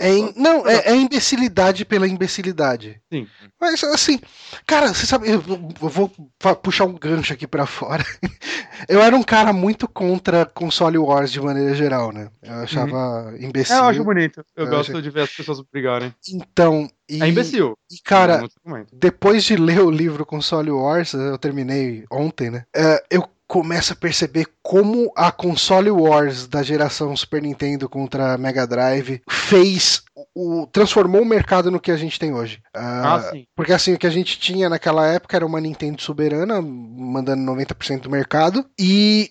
É imbecilidade pela imbecilidade. Sim. Mas, assim, cara, você sabe, eu vou puxar um gancho aqui pra fora. Eu era um cara muito contra console wars de maneira geral, né? Eu achava imbecil. Eu acho bonito. Eu gosto de ver as pessoas brigarem. Então, é imbecil. E, cara, depois de ler o livro Console Wars, eu terminei ontem, né? Eu começo a perceber como a Console Wars da geração Super Nintendo contra Mega Drive transformou o mercado no que a gente tem hoje. Sim. Porque assim, o que a gente tinha naquela época era uma Nintendo soberana, mandando 90% do mercado, e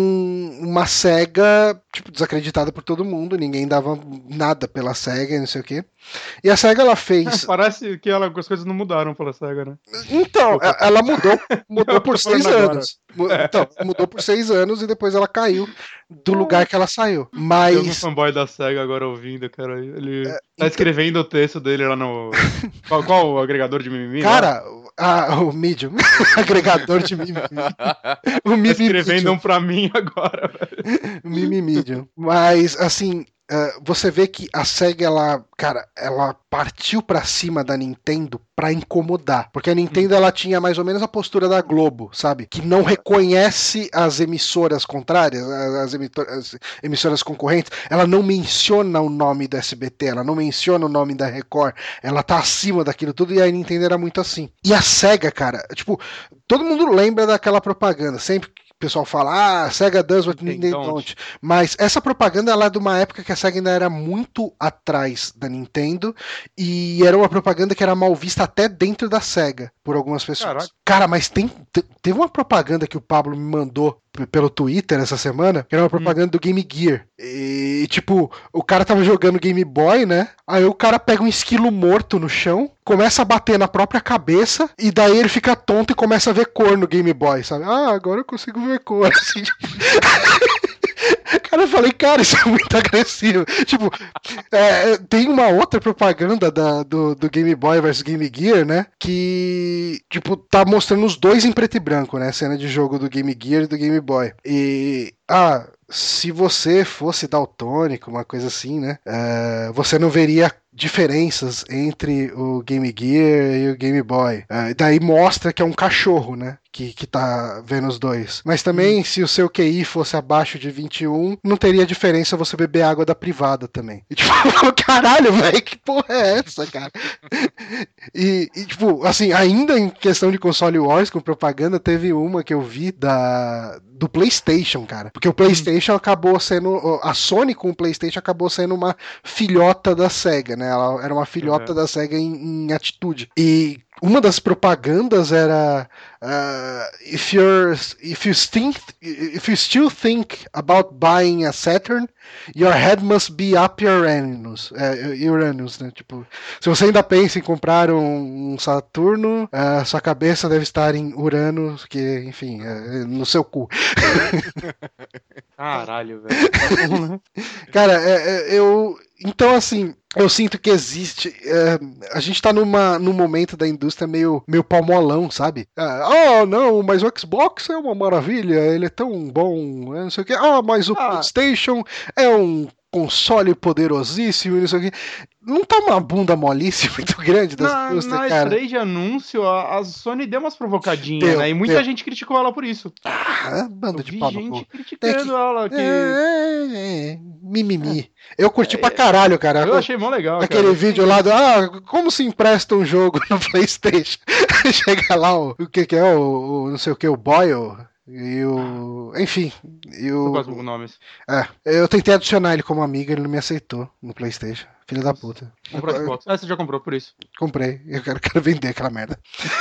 uma Sega, tipo, desacreditada por todo mundo, ninguém dava nada pela Sega, não sei o quê. E a Sega, ela fez... Parece que as coisas não mudaram pela Sega, né? Então, ela mudou por 6 anos. Então, mudou por 6 anos e depois ela caiu do lugar que ela saiu. Mas... Eu sou um fanboy da SEGA agora ouvindo, cara. Ele tá escrevendo o texto dele lá no... Qual o agregador de mimimi? Cara, o Medium. Agregador de mimimi. O Mimi tá escrevendo Medium. Um pra mim agora, velho. O Mimi Medium. Mas, assim... você vê que a SEGA, ela partiu pra cima da Nintendo pra incomodar. Porque a Nintendo, ela tinha mais ou menos a postura da Globo, sabe? Que não reconhece as emissoras contrárias, as emissoras concorrentes. Ela não menciona o nome do SBT, ela não menciona o nome da Record. Ela tá acima daquilo tudo e a Nintendo era muito assim. E a SEGA, cara, tipo, todo mundo lembra daquela propaganda, sempre que o pessoal fala, Sega does what Nintendo don't. Mas essa propaganda, ela é de uma época que a Sega ainda era muito atrás da Nintendo e era uma propaganda que era mal vista até dentro da Sega, por algumas pessoas. Caraca. Cara, mas teve uma propaganda que o Pablo me mandou pelo Twitter essa semana, que era uma propaganda do Game Gear. E, tipo, o cara tava jogando Game Boy, né? Aí o cara pega um esquilo morto no chão, começa a bater na própria cabeça, e daí ele fica tonto e começa a ver cor no Game Boy, sabe? Agora eu consigo ver cor. Assim, tipo... Cara, eu falei, cara, isso é muito agressivo. Tipo, tem uma outra propaganda do Game Boy versus Game Gear, né? Que, tipo, tá mostrando os dois em preto e branco, né? Cena de jogo do Game Gear e do Game Boy. E, se você fosse daltônico, uma coisa assim, né? Você não veria diferenças entre o Game Gear e o Game Boy. Daí mostra que é um cachorro, né? Que tá vendo os dois. Mas também, se o seu QI fosse abaixo de 21, não teria diferença você beber água da privada também. E tipo, caralho, velho, que porra é essa, cara? E tipo, assim, ainda em questão de console wars com propaganda, teve uma que eu vi do PlayStation, cara. Porque o PlayStation acabou sendo... A Sony com o PlayStation acabou sendo uma filhota da Sega, né? Ela era uma filhota da Sega em atitude. E uma das propagandas era if you still think about buying a Saturn, your head must be up Uranus. Uranus, né? Tipo, se você ainda pensa em comprar um Saturno, sua cabeça deve estar em Urano, que, enfim, no seu cu. Caralho, velho. Cara, então, assim, eu sinto que existe... a gente tá num momento da indústria meio palmolão, sabe? Não, mas o Xbox é uma maravilha, ele é tão bom, não sei o quê. Mas o PlayStation é um console poderosíssimo, não sei o quê. Não tá uma bunda molice muito grande das indústrias, cara? Na E3 de anúncio, a Sony deu umas provocadinhas, né? E muita gente criticou ela por isso. Banda de pau. Gente criticando ela. Mimimi. Eu curti pra caralho, cara. Eu achei mó legal. Aquele vídeo lá como se empresta um jogo no PlayStation. Chega lá o que é o não sei o que, o Boyle. E o. Enfim. Eu gosto de nomes. Eu tentei adicionar ele como amigo, ele não me aceitou no PlayStation. Filho da puta. Comprou Xbox. Você já comprou por isso? Comprei. Eu quero vender aquela merda.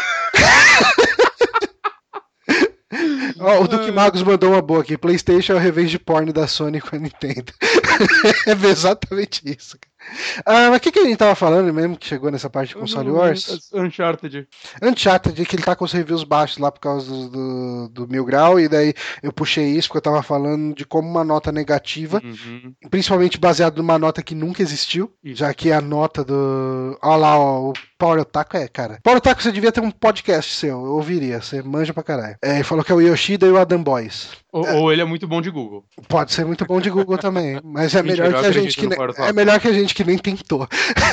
O Duque Magos mandou uma boa aqui. PlayStation é o revenge porn da Sony com a Nintendo. É exatamente isso. Mas o que a gente tava falando mesmo que chegou nessa parte de Console Wars? Uncharted. Uncharted, que ele tá com os reviews baixos lá por causa do 1000 Grau, e daí eu puxei isso porque eu tava falando de como uma nota negativa, principalmente baseado numa nota que nunca existiu, já que a nota do... Olha lá, ó, o Power Otaku cara. Power Otaku, você devia ter um podcast seu, eu ouviria, você manja pra caralho. Ele falou que é o Yoshida e o Adam Boys. Ou ele é muito bom de Google. Pode ser muito bom de Google também, mas é melhor que a gente que é melhor que a gente que nem tentou.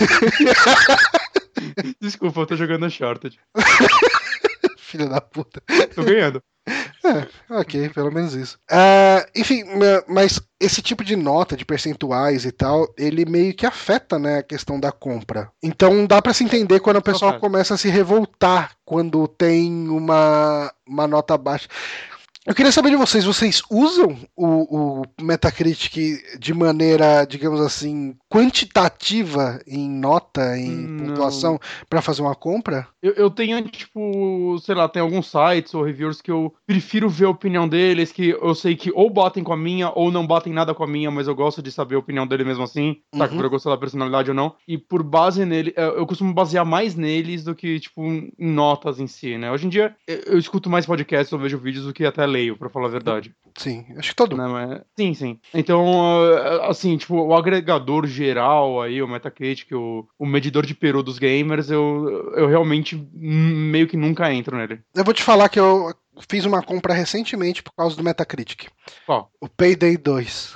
Desculpa, eu tô jogando Uncharted. Filha da puta. Tô ganhando. Ok, pelo menos isso. Enfim, mas esse tipo de nota, de percentuais e tal, ele meio que afeta, né, a questão da compra. Então dá pra se entender quando o pessoal começa a se revoltar quando tem uma nota baixa. Eu queria saber de vocês usam o Metacritic de maneira, digamos assim, quantitativa em nota, em pontuação, pra fazer uma compra? Eu tenho, tipo, sei lá, tem alguns sites ou reviewers que eu prefiro ver a opinião deles, que eu sei que ou batem com a minha, ou não batem nada com a minha, mas eu gosto de saber a opinião dele mesmo assim, tá? Por eu gostar da personalidade ou não. E por base nele, eu costumo basear mais neles do que, tipo, em notas em si, né? Hoje em dia, eu escuto mais podcasts, eu vejo vídeos do que até leio, pra falar a verdade. Sim, acho que todo. Né, mas... Sim. Então, assim, tipo, o agregador geral aí, o Metacritic, o medidor de peru dos gamers, eu realmente meio que nunca entro nele. Eu vou te falar que eu fiz uma compra recentemente por causa do Metacritic. Qual? O Payday 2.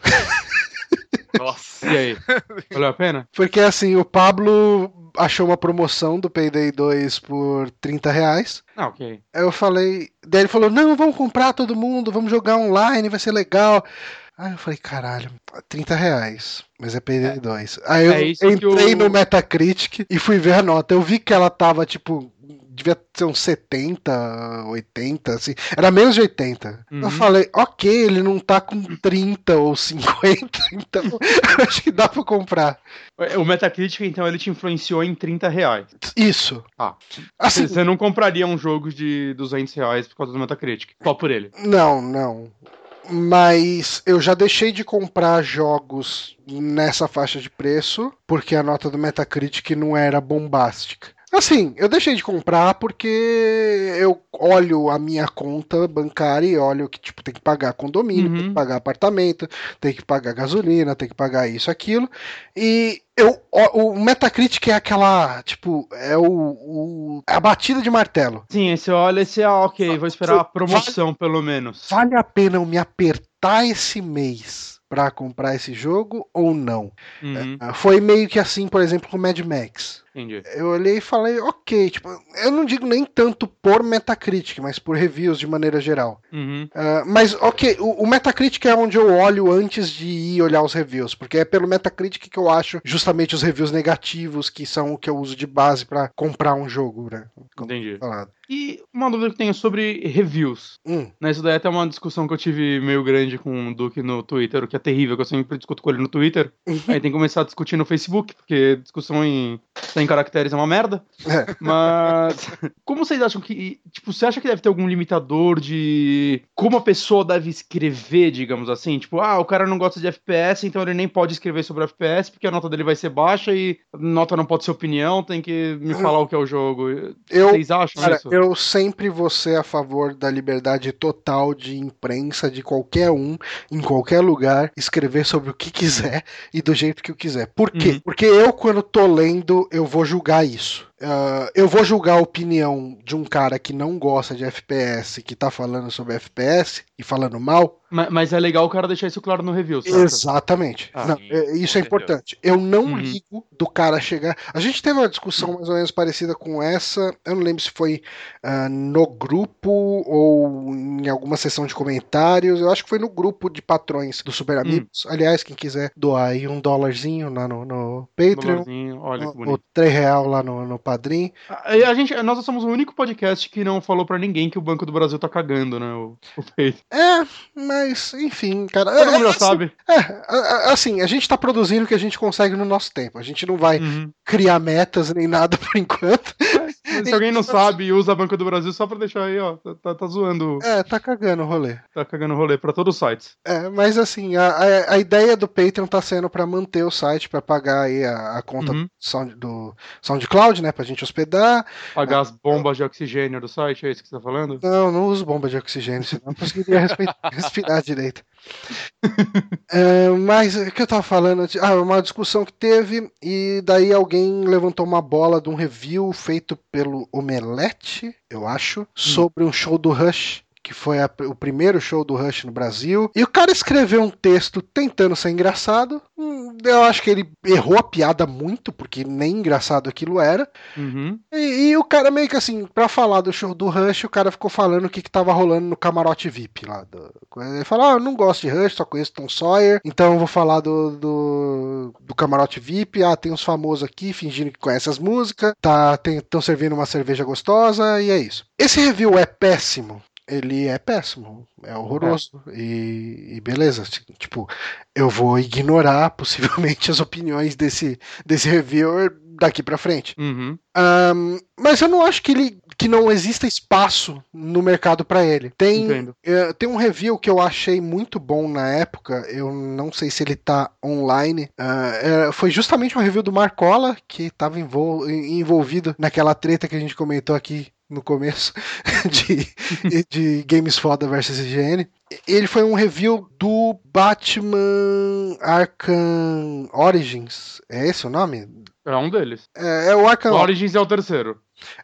Nossa. E aí? Valeu a pena? Porque assim, o Pablo achou uma promoção do Payday 2 por R$30. Ok. Aí eu falei... Daí ele falou, não, vamos comprar todo mundo, vamos jogar online, vai ser legal. Aí eu falei, caralho, R$30, mas é Payday 2. Aí eu entrei no Metacritic e fui ver a nota. Eu vi que ela tava, tipo, devia ser uns 70, 80, assim. Era menos de 80. Eu falei, ok, ele não tá com 30 ou 50, então eu acho que dá pra comprar. O Metacritic, então, ele te influenciou em R$30. Isso. Assim, você não compraria um jogo de R$200 por causa do Metacritic, só por ele? Não. Mas eu já deixei de comprar jogos nessa faixa de preço porque a nota do Metacritic não era bombástica. Assim, eu deixei de comprar porque eu olho a minha conta bancária e olho que, tipo, tem que pagar condomínio, tem que pagar apartamento, tem que pagar gasolina, tem que pagar isso, aquilo. E o Metacritic é aquela, tipo, é a batida de martelo. Sim, você olha e você, ok, vou esperar a promoção, pelo menos. Vale a pena eu me apertar esse mês pra comprar esse jogo ou não? Foi meio que assim, por exemplo, com Mad Max. Entendi. Eu olhei e falei, ok, tipo, eu não digo nem tanto por Metacritic, mas por reviews de maneira geral. Mas, ok, o Metacritic é onde eu olho antes de ir olhar os reviews, porque é pelo Metacritic que eu acho justamente os reviews negativos, que são o que eu uso de base pra comprar um jogo, né? Entendi. E uma dúvida que eu tenho sobre reviews. Né, isso daí é até uma discussão que eu tive meio grande com o Duque no Twitter, o que é terrível, que eu sempre discuto com ele no Twitter. Aí tem que começar a discutir no Facebook, porque discussão em caracteres é uma merda. Mas como vocês acham que... Tipo, você acha que deve ter algum limitador de como a pessoa deve escrever, digamos assim? Tipo, o cara não gosta de FPS, então ele nem pode escrever sobre FPS, porque a nota dele vai ser baixa e a nota não pode ser opinião, tem que me falar o que é o jogo. Vocês acham isso? Eu sempre vou ser a favor da liberdade total de imprensa de qualquer um, em qualquer lugar, escrever sobre o que quiser e do jeito que eu quiser. Por quê? Porque eu, quando tô lendo, eu vou julgar isso. Eu vou julgar a opinião de um cara que não gosta de FPS, que tá falando sobre FPS e falando mal. Mas é legal o cara deixar isso claro no review, certo? Exatamente. Isso é importante. Eu não ligo do cara chegar... A gente teve uma discussão mais ou menos parecida com essa, eu não lembro se foi no grupo ou em alguma sessão de comentários, eu acho que foi no grupo de patrões do Super Amigos. Aliás, quem quiser doar aí $1 lá no Patreon, olha que bonito. ou R$3 lá no Padrim. Nós somos o único podcast que não falou pra ninguém que o Banco do Brasil tá cagando, né? O peito. Mas, enfim, cara. Todo mundo já sabe. Assim, a gente tá produzindo o que a gente consegue no nosso tempo. A gente não vai criar metas nem nada por enquanto. Se alguém não sabe e usa Banco do Brasil, só pra deixar aí, ó, tá zoando. Tá cagando o rolê. Tá cagando o rolê pra todos os sites. Mas assim, a ideia do Patreon tá sendo pra manter o site, pra pagar aí a conta do SoundCloud, né, pra gente hospedar. Pagar as bombas de oxigênio do site, é isso que você tá falando? Não uso bomba de oxigênio, senão não conseguiria respirar direito. Mas o que eu tava falando? Uma discussão que teve, e daí alguém levantou uma bola de um review feito pelo Omelete, eu acho, sobre um show do Rush, que foi o primeiro show do Rush no Brasil. E o cara escreveu um texto tentando ser engraçado. Eu acho que ele errou a piada muito, porque nem engraçado aquilo era. E o cara meio que assim, pra falar do show do Rush, o cara ficou falando o que tava rolando no camarote VIP lá. Ele falou, eu não gosto de Rush, só conheço Tom Sawyer, então eu vou falar do camarote VIP. Tem uns famosos aqui fingindo que conhecem as músicas, estão servindo uma cerveja gostosa, e é isso. Esse review é péssimo. Ele é péssimo, é horroroso, e beleza, tipo, eu vou ignorar possivelmente as opiniões desse reviewer daqui pra frente. Mas eu não acho que não exista espaço no mercado pra ele. Tem um review que eu achei muito bom na época, eu não sei se ele tá online, foi justamente um review do Marcola, que tava envolvido naquela treta que a gente comentou aqui no começo de Games Foda versus IGN. Ele foi um review do Batman Arkham Origins. É esse o nome? É um deles. É o Arkham Origins é o terceiro.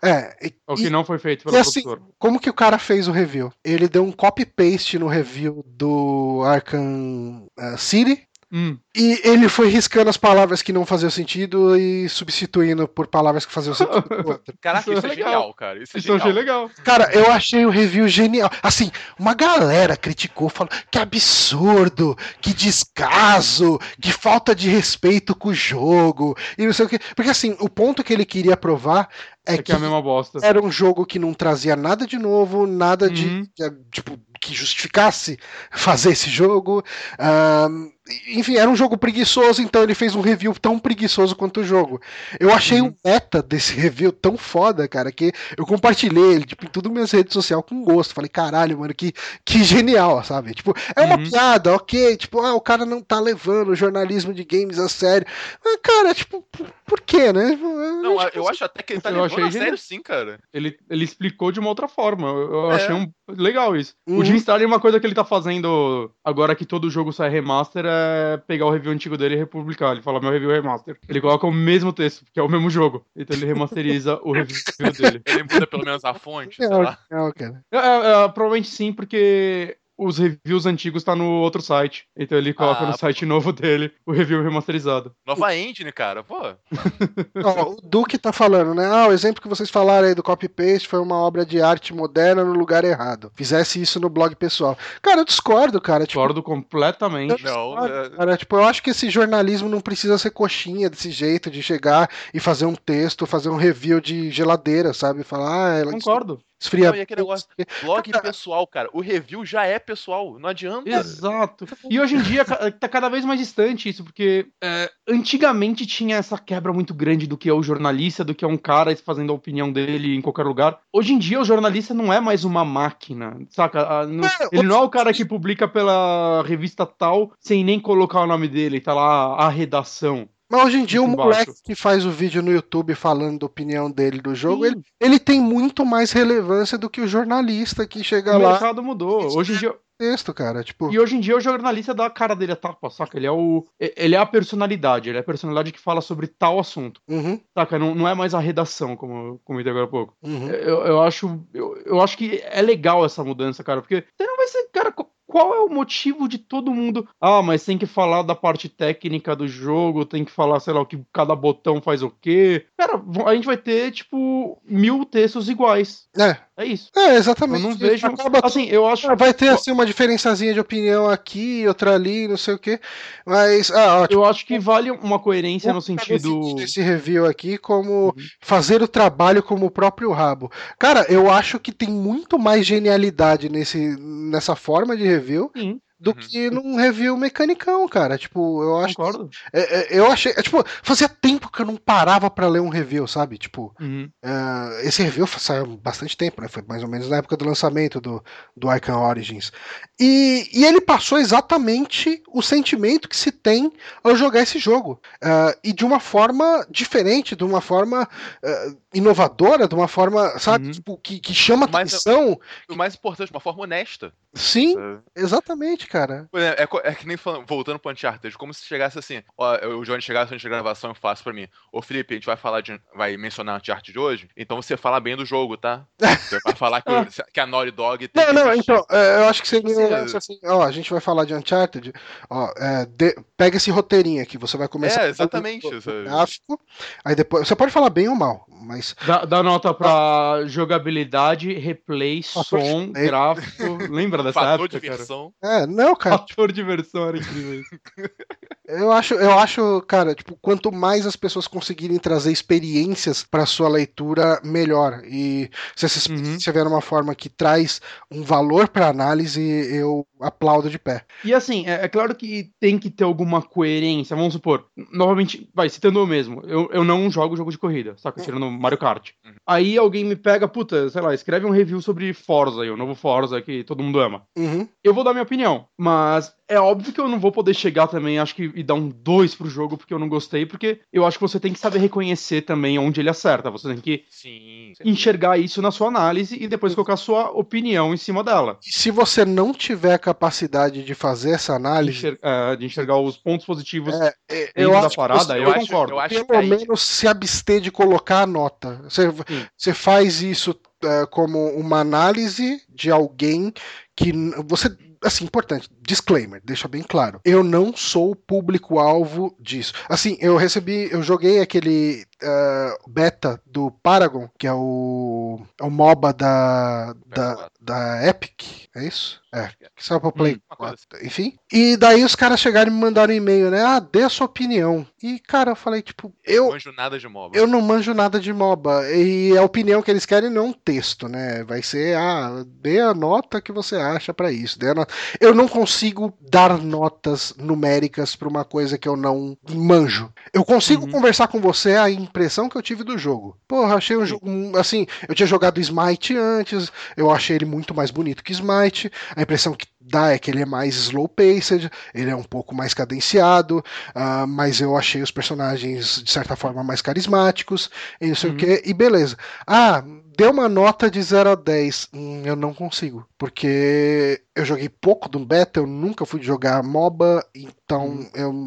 O que não foi feito pela produtora. Assim, como que o cara fez o review? Ele deu um copy-paste no review do Arkham City. E ele foi riscando as palavras que não faziam sentido e substituindo por palavras que faziam sentido. Caraca, isso é genial, cara. Isso eu achei legal. Cara, eu achei o review genial. Assim, uma galera criticou, falou que absurdo, que descaso, que falta de respeito com o jogo, e não sei o que. Porque assim, o ponto que ele queria provar é que é a mesma bosta. Era um jogo que não trazia nada de novo, nada de, tipo, que justificasse fazer esse jogo. Enfim, era um jogo preguiçoso, então ele fez um review tão preguiçoso quanto o jogo. Eu achei o meta desse review tão foda, cara, que eu compartilhei ele, tipo, em tudo minhas redes sociais com gosto. Falei, caralho, mano, que genial, sabe? Tipo, é uma piada, ok, tipo, o cara não tá levando o jornalismo de games a sério. Mas, cara, tipo, por quê, né? Não, eu acho até que ele tá levando a sério sim, cara. Ele explicou de uma outra forma. Eu achei legal isso. O Jim Starlin, uma coisa que ele tá fazendo agora que todo jogo sai remaster é pegar o review antigo dele e republicar. Ele fala, meu review é remaster. Ele coloca o mesmo texto, que é o mesmo jogo. Então ele remasteriza o review dele. Ele muda pelo menos a fonte, sei lá. Provavelmente sim, porque os reviews antigos tá no outro site. Então ele coloca no site novo dele o review remasterizado. Nova engine, cara, pô. O Duque tá falando, né? O exemplo que vocês falaram aí do copy-paste foi uma obra de arte moderna no lugar errado. Fizesse isso no blog pessoal. Cara, eu discordo, cara. Discordo completamente. Cara, tipo, eu acho que esse jornalismo não precisa ser coxinha desse jeito, de chegar e fazer um texto, fazer um review de geladeira, sabe? Falar, Concordo. Esfria. Não, e aquele negócio, blog pessoal, cara. O review já é pessoal, não adianta. Exato. E hoje em dia tá cada vez mais distante isso, porque antigamente tinha essa quebra muito grande do que é o jornalista, do que é um cara fazendo a opinião dele em qualquer lugar. Hoje em dia o jornalista não é mais uma máquina, saca? Ele não é o cara que publica pela revista tal sem nem colocar o nome dele, tá lá a redação. Mas hoje em dia o moleque que faz o vídeo no YouTube falando da opinião dele do jogo, ele tem muito mais relevância do que o jornalista que chega lá. O mercado mudou. Hoje em dia... texto, cara, tipo... E hoje em dia o jornalista dá a cara dele a tapa, saca? Ele é a personalidade, ele é a personalidade que fala sobre tal assunto. Saca? Não é mais a redação, como eu comentei agora há pouco. Eu acho que é legal essa mudança, cara, porque você não vai ser, cara... Qual é o motivo de todo mundo? Mas tem que falar da parte técnica do jogo, tem que falar, sei lá, o que cada botão faz o quê. Cara, a gente vai ter, tipo, 1000 textos iguais. É isso. Exatamente. Eu não vejo... Assim, eu acho... Vai ter, assim, uma diferençazinha de opinião aqui, outra ali, não sei o quê. Mas, eu acho que vale uma coerência no sentido... Esse review aqui como fazer o trabalho como o próprio rabo. Cara, eu acho que tem muito mais genialidade nessa forma de review do que num review mecanicão, cara. Tipo, eu acho. Concordo. Eu achei. Tipo, fazia tempo que eu não parava pra ler um review, sabe? Tipo, esse review saiu bastante tempo, né? Foi mais ou menos na época do lançamento do Arkham Origins. E ele passou exatamente o sentimento que se tem ao jogar esse jogo. E de uma forma diferente, de uma forma inovadora, de uma forma, sabe, tipo, que chama atenção. O mais importante, uma forma honesta. Sim, exatamente, cara. É que nem falando, voltando pro Uncharted, como se chegasse assim, ó, o Johnny chegasse antes da gravação e falasse pra mim, ô Felipe, a gente vai mencionar Uncharted hoje, então você fala bem do jogo, tá? Você vai falar que a Naughty Dog tem então, eu acho que seria assim, ó, a gente vai falar de Uncharted, ó, pega esse roteirinho aqui, você vai começar exatamente. O gráfico, aí depois, você pode falar bem ou mal, mas... Dá nota pra jogabilidade, replay, som, gráfico, lembra dessa fator época, diversão. cara? Não, cara. Fator diversão era incrível isso. Eu acho, cara, tipo, quanto mais as pessoas conseguirem trazer experiências pra sua leitura, melhor. E se essa experiência vier uma forma que traz um valor pra análise, eu aplaudo de pé. E assim, é claro que tem que ter alguma coerência. Vamos supor, novamente, citando eu mesmo, eu não jogo jogo de corrida, saca? Tirando Mario Kart. Aí alguém me pega, puta, sei lá, escreve um review sobre Forza aí, o novo Forza que todo mundo ama. Eu vou dar minha opinião, mas é óbvio que eu não vou poder chegar também, acho que, e dar um 2 pro jogo porque eu não gostei, porque eu acho que você tem que saber reconhecer também onde ele acerta. Você tem que enxergar isso na sua análise e depois colocar a sua opinião em cima dela. E se você não tiver a capacidade de fazer essa análise... de enxergar os pontos positivos eu da acho parada, eu concordo. Pelo menos se abster de colocar a nota. Você faz isso como uma análise de alguém que você... Assim, importante, disclaimer, deixa bem claro. Eu não sou o público-alvo disso. Assim, eu joguei aquele beta do Paragon, que é o MOBA da Epic, é isso? Que saiu pra Play 4, enfim. E daí os caras chegaram e me mandaram um e-mail, né? Dê a sua opinião. E, cara, eu falei, tipo, eu não manjo nada de MOBA. Eu não manjo nada de MOBA. E a opinião que eles querem não é um texto, né? Vai ser, dê a nota que você acha pra isso. Eu não consigo dar notas numéricas pra uma coisa que eu não manjo. Eu consigo conversar com você a impressão que eu tive do jogo. Porra, achei um jogo, assim, eu tinha jogado Smite antes, eu achei ele muito mais bonito que Smite. A impressão que dá é que ele é mais slow-paced, ele é um pouco mais cadenciado, mas eu achei os personagens, de certa forma, mais carismáticos, e não sei o que, e beleza. Deu uma nota de 0 a 10. Eu não consigo, porque eu joguei pouco do beta, eu nunca fui jogar MOBA, então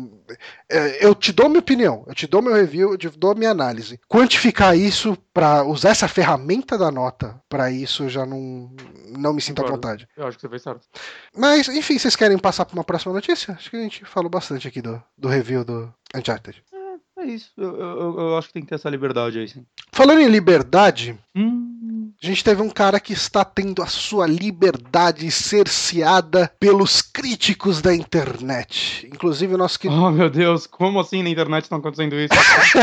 eu te dou minha opinião, eu te dou meu review, eu te dou a minha análise. Quantificar isso pra usar essa ferramenta da nota pra isso, eu já não me sinto à vontade. Eu acho que você fez certo. Mas, enfim, vocês querem passar pra uma próxima notícia? Acho que a gente falou bastante aqui do review do Uncharted. É isso, eu acho que tem que ter essa liberdade aí, sim. Falando em liberdade, a gente teve um cara que está tendo a sua liberdade cerceada pelos críticos da internet. Inclusive o nosso querido... Oh, meu Deus, como assim na internet está acontecendo isso?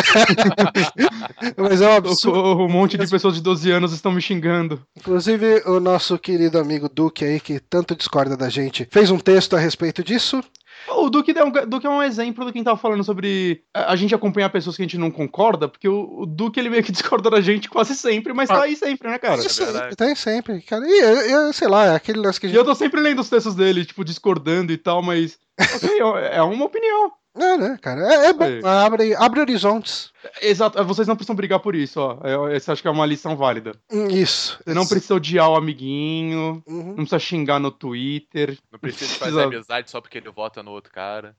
Mas é um absurdo. Um monte de pessoas de 12 anos estão me xingando. Inclusive o nosso querido amigo Duque aí, que tanto discorda da gente, fez um texto a respeito disso. O Duque é um exemplo do quem tava falando sobre a gente acompanhar pessoas que a gente não concorda, porque o Duque ele meio que discorda da gente quase sempre, mas tá aí sempre, né, cara? Tá aí sempre, cara. E sei lá, é aquele lance que a gente... E eu tô sempre lendo os textos dele, tipo, discordando e tal, mas ok, é uma opinião. Né, cara? É bom, abre horizontes. Exato, vocês não precisam brigar por isso, ó. Essa acho que é uma lição válida. Isso. Você não precisa odiar o amiguinho, não precisa xingar no Twitter. Não precisa fazer amizade só porque ele vota no outro cara.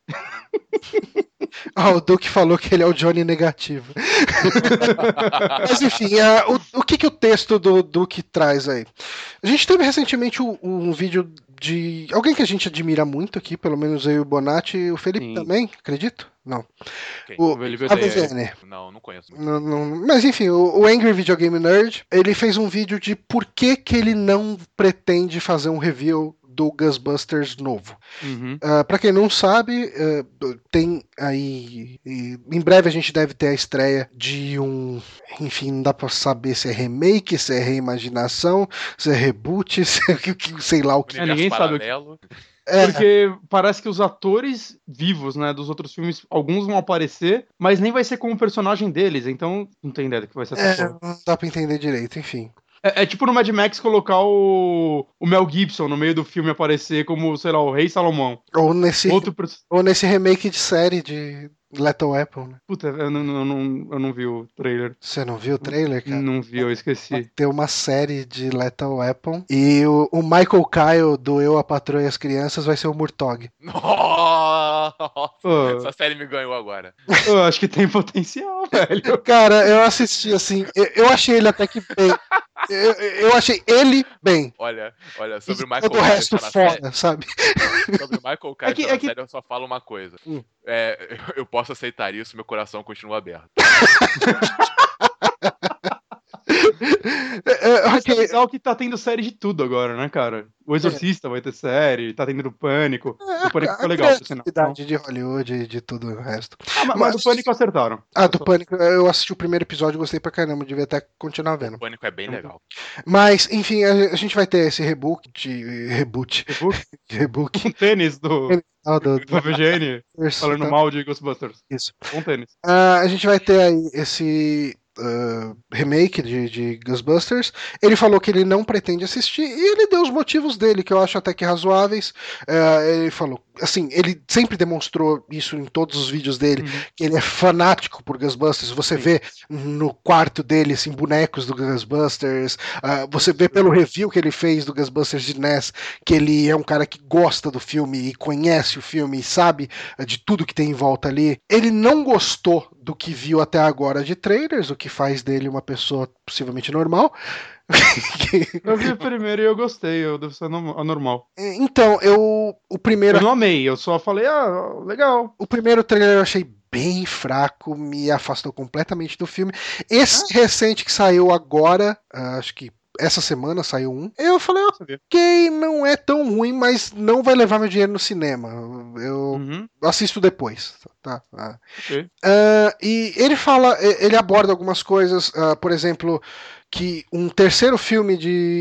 O Duque falou que ele é o Johnny negativo. Mas enfim, o que o texto do Duque traz aí? A gente teve recentemente um vídeo de alguém que a gente admira muito aqui, pelo menos eu e o Bonatti, e o Felipe também, acredito? Não. O AVZN. Não conheço. Mas enfim, o Angry Video Game Nerd, ele fez um vídeo de por que ele não pretende fazer um review do Ghostbusters novo. Pra quem não sabe, tem aí... Em breve a gente deve ter a estreia de enfim, não dá pra saber se é remake, se é reimaginação, se é reboot, sei lá o que. Ninguém sabe Porque parece que os atores vivos, né, dos outros filmes, alguns vão aparecer, mas nem vai ser como personagem deles, então não tem ideia do que vai ser essa porra. Não dá pra entender direito, enfim. É tipo no Mad Max colocar o Mel Gibson no meio do filme aparecer como, sei lá, o Rei Salomão. Ou nesse remake de série de Lethal Weapon, né? Puta, eu não vi o trailer. Você não viu o trailer, cara? Não vi, eu esqueci. Tem uma série de Lethal Weapon e o Michael Kyle do Eu, a Patroa e as Crianças vai ser o Murtog. Nossa! Essa série me ganhou agora. Eu acho que tem potencial, velho. Cara, eu assisti assim, eu achei ele até que bem. Eu achei ele bem. Olha, sobre o Michael Kyle. Todo o resto foda, sabe? Sobre o Michael Kyle na série, eu só falo uma coisa. Eu posso aceitar isso, meu coração continua aberto. É legal que tá tendo série de tudo agora, né, cara? O Exorcista vai ter série, tá tendo Pânico. O Pânico ficou legal, por sinal. Cidade de Hollywood e de tudo o resto. Mas do Pânico acertaram. Do Pânico, eu assisti o primeiro episódio e gostei pra caramba, devia até continuar vendo. O Pânico é bem legal. Mas, enfim, a gente vai ter esse reboot. Um tênis do VGN falando mal de Ghostbusters. Isso. Um tênis. A gente vai ter aí esse remake de Ghostbusters. Ele falou que ele não pretende assistir e ele deu os motivos dele, que eu acho até que razoáveis. Ele falou, assim, ele sempre demonstrou isso em todos os vídeos dele, que ele é fanático por Ghostbusters. Você vê no quarto dele, assim, bonecos do Ghostbusters. Você vê pelo review que ele fez do Ghostbusters de NES, que ele é um cara que gosta do filme e conhece o filme e sabe de tudo que tem em volta ali. Ele não gostou do que viu até agora de trailers, o que faz dele uma pessoa possivelmente normal. Eu vi o primeiro e eu gostei, eu devo ser anormal. Então, o primeiro... Eu não amei, eu só falei, legal. O primeiro trailer eu achei bem fraco, me afastou completamente do filme. Esse recente que saiu agora, acho que essa semana saiu um. Eu falei, ok, não é tão ruim, mas não vai levar meu dinheiro no cinema. Eu assisto depois. Tá? Okay. E ele aborda algumas coisas, por exemplo, que um terceiro filme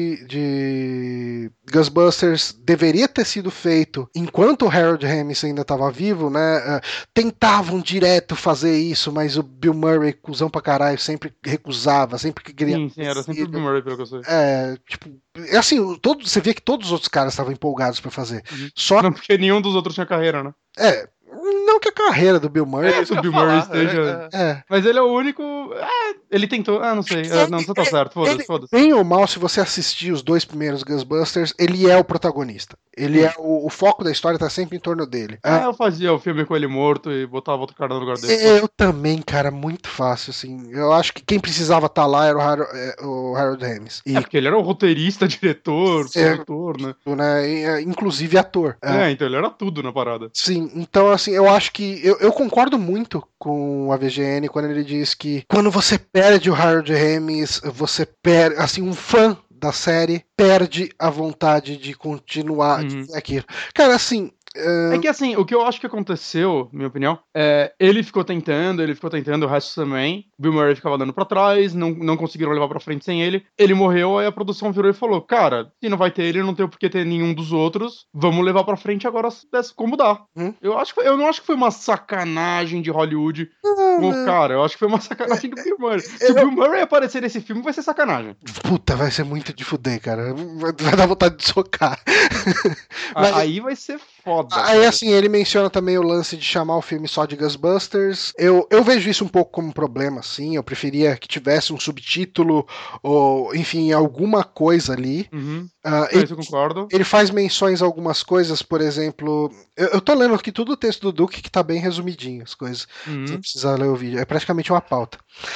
de Ghostbusters deveria ter sido feito enquanto o Harold Ramis ainda estava vivo, né? Tentavam direto fazer isso, mas o Bill Murray, cuzão pra caralho, sempre recusava, sempre que queria. Sim, era sempre o Bill Murray, pelo que eu sei. Assim, você via que todos os outros caras estavam empolgados pra fazer. Não, porque nenhum dos outros tinha carreira, né? Não que a carreira do Bill Murray... o Bill Murray esteja... Mas ele é o único... ele tentou... não sei. Não, você tá certo. Foda-se. Bem ou mal, se você assistir os dois primeiros Ghostbusters, ele é o protagonista. Ele é o foco da história tá sempre em torno dele. Eu fazia o filme com ele morto e botava outro cara no lugar dele. Eu também, cara, muito fácil, assim. Eu acho que quem precisava estar lá era o Harold Ramis. Porque ele era o roteirista, diretor, produtor, né? Inclusive ator. Então ele era tudo na parada. Sim, então assim, eu acho que eu concordo muito com a VGN quando ele diz que quando você perde o Harold Ramis, você perde, assim, um fã da série perde a vontade de continuar aquilo. Cara, assim... É que assim, o que eu acho que aconteceu, minha opinião, ele ficou tentando, o resto também. Bill Murray ficava dando pra trás, não conseguiram levar pra frente sem ele. Ele morreu, aí a produção virou e falou: cara, se não vai ter ele, não tem por que ter nenhum dos outros. Vamos levar pra frente agora como dá. Eu não acho que foi uma sacanagem de Hollywood com o cara. Eu acho que foi uma sacanagem do Bill Murray. Se o Bill Murray aparecer nesse filme, vai ser sacanagem. Puta, vai ser muito de fuder, cara. Vai dar vontade de socar. Mas aí vai ser foda. Aí, assim, ele menciona também o lance de chamar o filme só de Ghostbusters. Eu vejo isso um pouco como um problema, sim. Eu preferia que tivesse um subtítulo ou, enfim, alguma coisa ali. Eu concordo. Ele faz menções a algumas coisas, por exemplo... Eu tô lendo aqui todo o texto do Duke, que tá bem resumidinho, as coisas. Você precisa ler o vídeo. É praticamente uma pauta.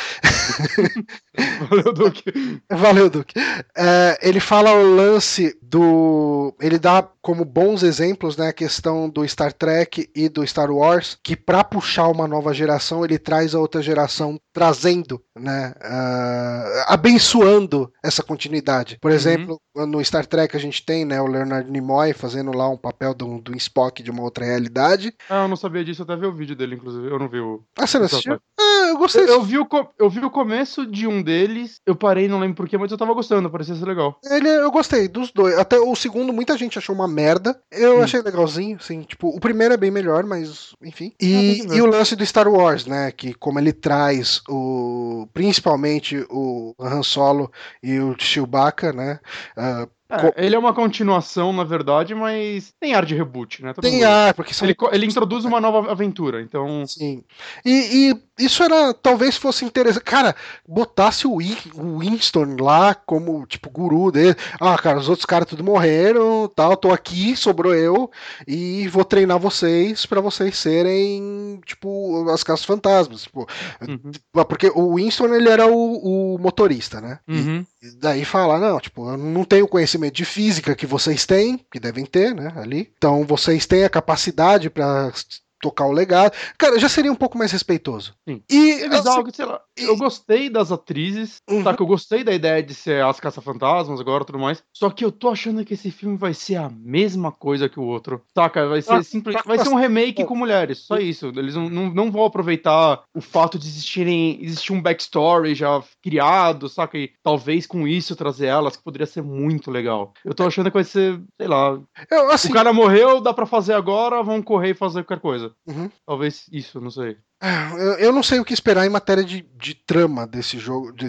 Valeu, Duke. Valeu, Duke. Ele fala o lance do... Ele dá como bons exemplos, né, a questão do Star Trek e do Star Wars, que pra puxar uma nova geração, ele traz a outra geração trazendo, né, abençoando essa continuidade. Por exemplo, no Star Trek a gente tem, né, o Leonard Nimoy fazendo lá um papel do Spock de uma outra realidade. Eu não sabia disso, eu até vi o vídeo dele, inclusive. Eu não vi o... Você não assistiu? eu gostei. Eu vi o começo de um deles, eu parei, não lembro porquê, mas eu tava gostando, parecia ser legal. Eu gostei dos dois. Até o segundo, muita gente achou uma merda. Eu achei legalzinho, assim. Tipo, o primeiro é bem melhor, mas enfim. E o lance do Star Wars, né? Que como ele traz principalmente o Han Solo e o Chewbacca, né? Ele é uma continuação, na verdade, mas tem ar de reboot, né? Tem ar, porque são... Ele introduz uma nova aventura, então... Sim. E isso talvez fosse interessante. Cara, botasse o Winston lá como, tipo, guru dele. Ah, cara, os outros caras tudo morreram, tal, tô aqui, sobrou eu, e vou treinar vocês pra vocês serem, tipo, as Caças Fantasmas. Tipo, porque o Winston, ele era o motorista, né? Uhum. E daí fala, não, tipo, eu não tenho conhecimento de física que vocês têm, que devem ter, né, ali. Então vocês têm a capacidade pra tocar o legado. Cara, já seria um pouco mais respeitoso. Sim. E algo, sei lá, eu gostei das atrizes, tá? Que eu gostei da ideia de ser as Caça-Fantasmas agora e tudo mais. Só que eu tô achando que esse filme vai ser a mesma coisa que o outro. Saca? Vai ser vai ser um remake com mulheres. Só isso. Eles não vão aproveitar o fato de existir um backstory já criado, saca? E talvez com isso trazer elas, que poderia ser muito legal. Eu tô achando que vai ser, sei lá. O cara morreu, dá pra fazer agora, vão correr e fazer qualquer coisa. Talvez isso, não sei. Eu não sei o que esperar em matéria de trama desse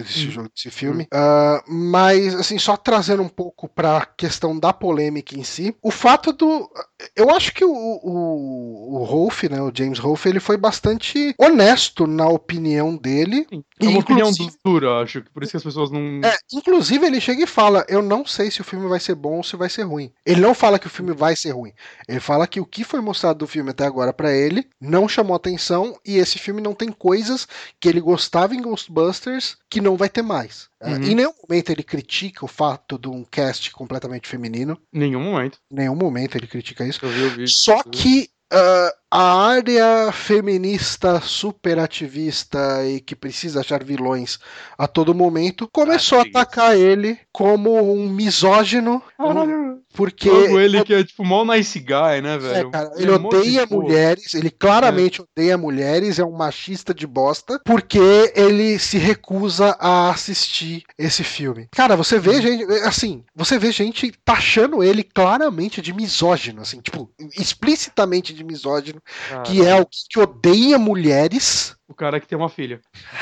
filme, mas assim, só trazendo um pouco pra questão da polêmica em si, o fato eu acho que o Rolfe, né, o James Rolfe, ele foi bastante honesto na opinião dele. Sim. É uma opinião dura, acho, por isso que as pessoas não... Inclusive ele chega e fala, eu não sei se o filme vai ser bom ou se vai ser ruim. Ele não fala que o filme vai ser ruim, ele fala que o que foi mostrado do filme até agora pra ele não chamou atenção e esse filme não tem coisas que ele gostava em Ghostbusters que não vai ter mais. Em nenhum momento ele critica o fato de um cast completamente feminino. Nenhum momento. Em nenhum momento ele critica isso. Eu vi o vídeo. Só que a área feminista superativista e que precisa achar vilões a todo momento começou a atacar ele como um misógino. Porque ele que é tipo mó nice guy, né, velho? Cara, ele odeia mulheres, ele claramente odeia mulheres, é um machista de bosta, porque ele se recusa a assistir esse filme. Cara, você vê gente taxando ele claramente de misógino, assim, tipo, explicitamente de misógino, que é o que odeia mulheres. O cara que tem uma filha.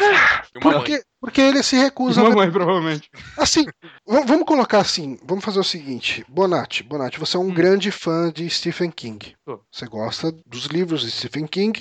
Porque ele se recusa. Uma mãe, provavelmente. Assim, vamos colocar assim, vamos fazer o seguinte. Bonatti, você é um grande fã de Stephen King. Você gosta dos livros de Stephen King.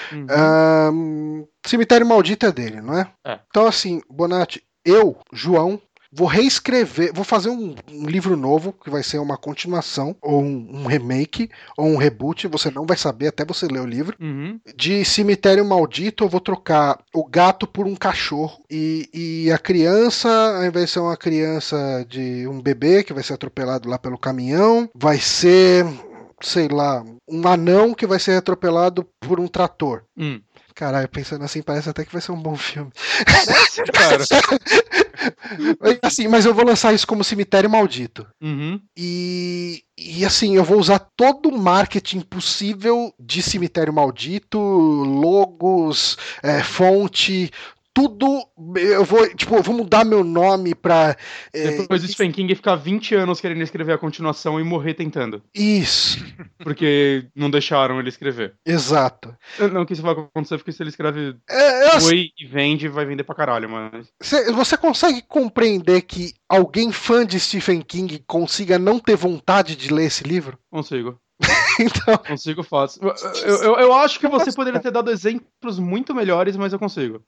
Cemitério Maldito é dele, não é? Então assim, Bonatti, João, vou fazer um livro novo, que vai ser uma continuação, ou um remake, ou um reboot, você não vai saber até você ler o livro. De Cemitério Maldito, eu vou trocar o gato por um cachorro, e a criança, ao invés de ser uma criança de um bebê, que vai ser atropelado lá pelo caminhão, vai ser, sei lá, um anão que vai ser atropelado por um trator. Caralho, pensando assim, parece até que vai ser um bom filme. Parece, cara. Assim, mas eu vou lançar isso como Cemitério Maldito. E assim, eu vou usar todo o marketing possível de Cemitério Maldito, logos, fonte, tudo. Eu vou mudar meu nome pra. Depois o Stephen King ficar 20 anos querendo escrever a continuação e morrer tentando. Isso. Porque não deixaram ele escrever. Exato. Não que isso vai acontecer, porque se ele escreve e vende, vai vender pra caralho, mas... Você consegue compreender que alguém fã de Stephen King consiga não ter vontade de ler esse livro? Consigo. Então... Consigo fácil. Eu acho que você poderia ter dado exemplos muito melhores, mas eu consigo.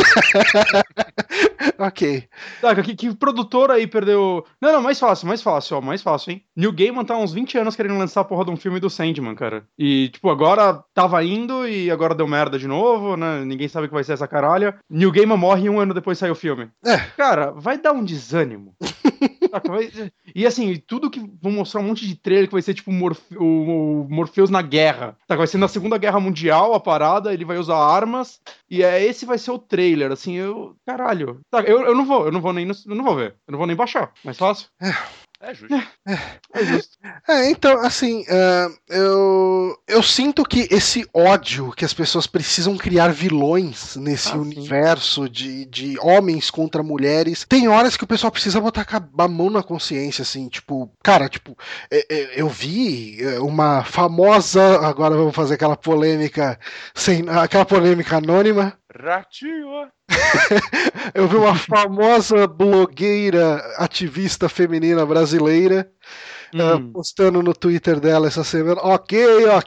Ok. Tá, que produtor aí perdeu... Não, mais fácil, hein? Neil Gaiman tá há uns 20 anos querendo lançar a porra de um filme do Sandman, cara. E, tipo, agora tava indo e agora deu merda de novo, né? Ninguém sabe o que vai ser essa caralha. Neil Gaiman morre e 1 ano depois sai o filme. Cara, vai dar um desânimo. E assim, tudo que vão mostrar um monte de trailer que vai ser tipo o Morpheus na guerra. Vai ser na Segunda Guerra Mundial a parada, ele vai usar armas e esse vai ser o trailer, assim, caralho. Eu não vou ver. Eu não vou nem baixar. Mais fácil. É justo. É justo. Então, assim, eu sinto que esse ódio que as pessoas precisam criar vilões nesse universo de homens contra mulheres, tem horas que o pessoal precisa botar a mão na consciência, assim, tipo, cara, tipo, eu vi uma famosa, agora vamos fazer aquela polêmica, aquela polêmica anônima. Ratinho! Eu vi uma famosa blogueira ativista feminina brasileira postando no Twitter dela essa semana, ok.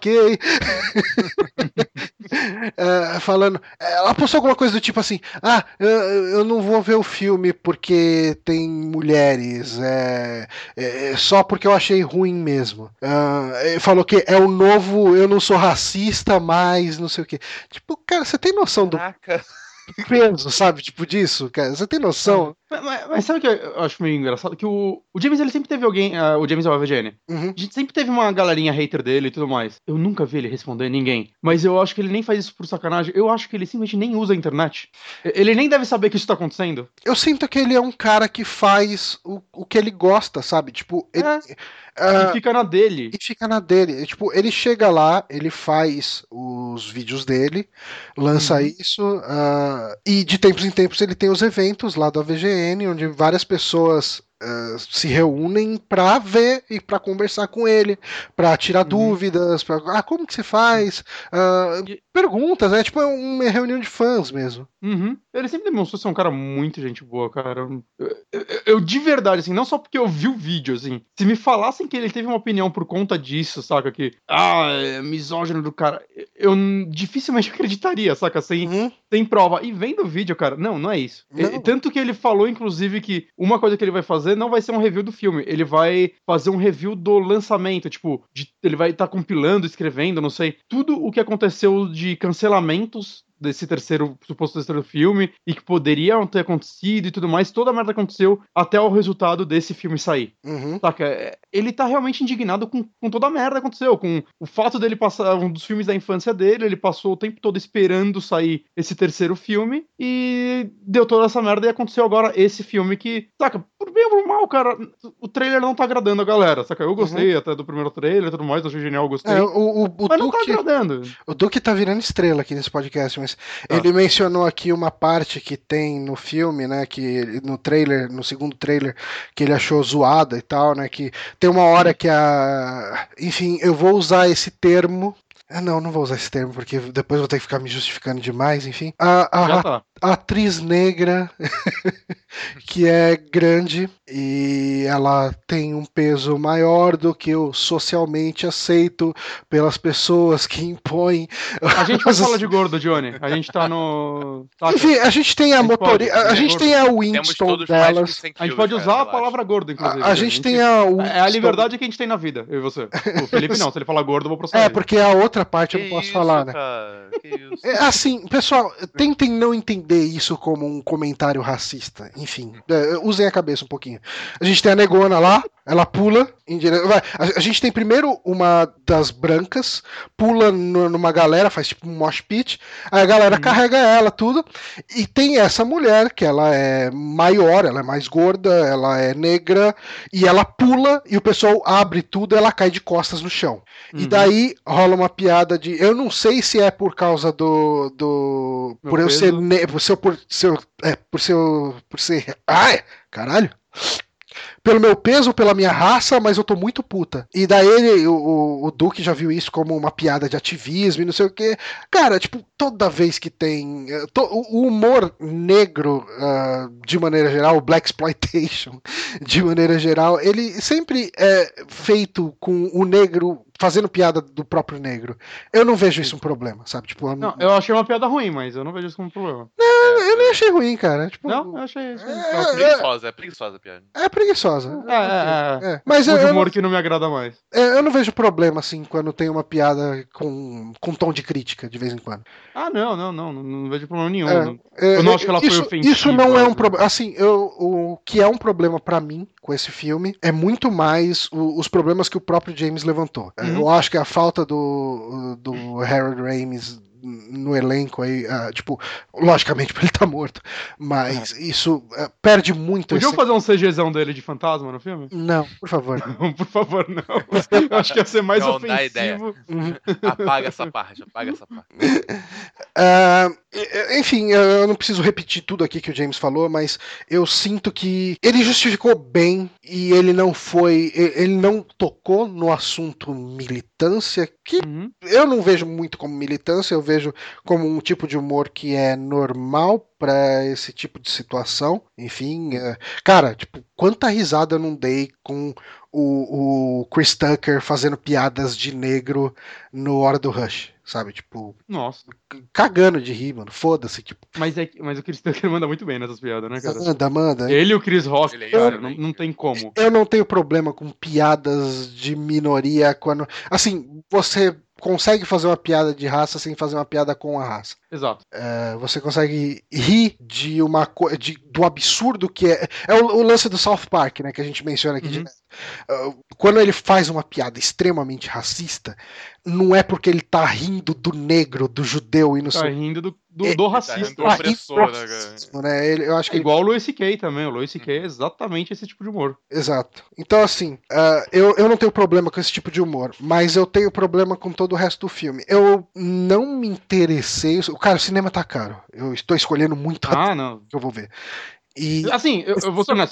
Falando, ela postou alguma coisa do tipo assim, eu não vou ver o filme porque tem mulheres, só porque eu achei ruim mesmo. Falou que é o novo, eu não sou racista mais, não sei o que. Tipo, cara, você tem noção do peso, sabe, tipo disso, cara? Você tem noção? Mas sabe o que eu acho meio engraçado? Que o James, ele sempre teve alguém, o James é o VGN. Uhum. A gente sempre teve uma galerinha hater dele e tudo mais. Eu nunca vi ele responder ninguém. Mas eu acho que ele nem faz isso por sacanagem. Eu acho que ele simplesmente nem usa a internet. Ele nem deve saber que isso tá acontecendo. Eu sinto que ele é um cara que faz o que ele gosta, sabe? Tipo, ele... E fica na dele. E fica na dele. Tipo, ele chega lá, ele faz os vídeos dele, lança isso, e de tempos em tempos ele tem os eventos lá do AVGN, onde várias pessoas se reúnem pra ver e pra conversar com ele, pra tirar dúvidas, pra, como que você faz? Perguntas, né? Tipo, é uma reunião de fãs mesmo. Ele sempre demonstrou ser um cara muito gente boa, cara. Eu de verdade, assim, não só porque eu vi o vídeo, assim, se me falassem que ele teve uma opinião por conta disso, saca, que, é misógino do cara, eu dificilmente acreditaria, saca, sem prova. E vendo o vídeo, cara, não é isso. Tanto que ele falou, inclusive, que uma coisa que ele vai fazer não vai ser um review do filme, ele vai fazer um review do lançamento, tipo, ele vai estar compilando, escrevendo, não sei, tudo o que aconteceu de cancelamentos desse suposto terceiro filme, e que poderiam ter acontecido e tudo mais, toda a merda aconteceu até o resultado desse filme sair. Saca? Ele tá realmente indignado com toda a merda que aconteceu, com o fato dele passar um dos filmes da infância dele, ele passou o tempo todo esperando sair esse terceiro filme, e deu toda essa merda, e aconteceu agora esse filme que, saca, por bem ou por mal, cara, o trailer não tá agradando a galera, saca? Eu gostei até do primeiro trailer e tudo mais, achei genial, gostei. Mas não tá agradando. O Duque tá virando estrela aqui nesse podcast, mas ele mencionou aqui uma parte que tem no filme, né, que no trailer, no segundo trailer, que ele achou zoada e tal, né, que tem uma hora que enfim, eu vou usar esse termo. Não vou usar esse termo, porque depois vou ter que ficar me justificando demais, enfim. A atriz negra, que é grande, e ela tem um peso maior do que o socialmente aceito pelas pessoas que impõem. A gente vai falar de gordo, Johnny. A gente tá no... Enfim, a gente tem a motorista, a gente tem a Winston delas. A gente pode usar a palavra gordo, inclusive. A gente tem a Winston... É a liberdade que a gente tem na vida, eu e você. O Felipe não, se ele falar gordo, eu vou processar. Porque a outra parte eu não posso falar, né? Que isso? Assim, pessoal, tentem não entender isso como um comentário racista. Enfim, usem a cabeça um pouquinho. A gente tem a negona lá, ela pula a gente tem primeiro uma das brancas, pula numa galera, faz tipo um mosh pit, aí a galera carrega ela, tudo, e tem essa mulher, que ela é maior, ela é mais gorda, ela é negra, e ela pula, e o pessoal abre tudo, ela cai de costas no chão. E daí rola uma piada de, eu não sei se é por causa por eu ser por ser, ai, caralho, pelo meu peso, pela minha raça, mas eu tô muito puta. E daí o Duque já viu isso como uma piada de ativismo e não sei o que. Cara, tipo, toda vez que tem o humor negro, de maneira geral, o blaxploitation, de maneira geral, ele sempre é feito com o negro fazendo piada do próprio negro. Eu não vejo isso um problema, sabe? Tipo, não, eu achei uma piada ruim, mas eu não vejo isso como um problema. Não, eu nem achei ruim, cara. Tipo, não, eu achei... É preguiçosa a piada. É preguiçosa. Mas o humor que não me agrada mais. Eu não vejo problema, assim, quando tem uma piada com tom de crítica, de vez em quando. Não vejo problema nenhum. Eu não acho que ela foi ofensiva. Isso não é um problema. Assim, o que é um problema pra mim com esse filme é muito mais os problemas que o próprio James levantou. Eu acho que a falta do Harold Ramis no elenco aí, tipo, logicamente ele tá morto, mas isso perde muito. Podiam fazer um CGzão dele de fantasma no filme? Não, por favor. Não, por favor, não. Eu acho que ia ser mais ofensivo. Dá ideia. Apaga essa parte. Enfim, eu não preciso repetir tudo aqui que o James falou, mas eu sinto que ele justificou bem e ele não tocou no assunto militância, que eu não vejo muito como militância, eu vejo como um tipo de humor que é normal pra esse tipo de situação. Enfim, cara, tipo, quanta risada eu não dei com o Chris Tucker fazendo piadas de negro no Hora do Rush, sabe? Tipo, nossa, cagando de rir, mano, foda-se, tipo. Mas o Chris Tucker manda muito bem nessas piadas, né, cara? Manda. Ele e o Chris Rock, cara, não tem como. Eu não tenho problema com piadas de minoria quando, assim, você consegue fazer uma piada de raça sem fazer uma piada com a raça. Exato. Você consegue rir de do absurdo que é. É o lance do South Park, né? Que a gente menciona aqui direto. Quando ele faz uma piada extremamente racista, não é porque ele tá rindo do negro, do judeu e no Tá rindo do racista. Do opressor, né, cara? Né? Eu acho que igual o Louis C.K. também. O Louis C.K. é exatamente esse tipo de humor. Exato. Então, assim, eu não tenho problema com esse tipo de humor, mas eu tenho problema com todo o resto do filme. Eu não me interessei. Cara, o cinema tá caro. Eu estou escolhendo muito não. que eu vou ver. E assim, eu vou ser honesto,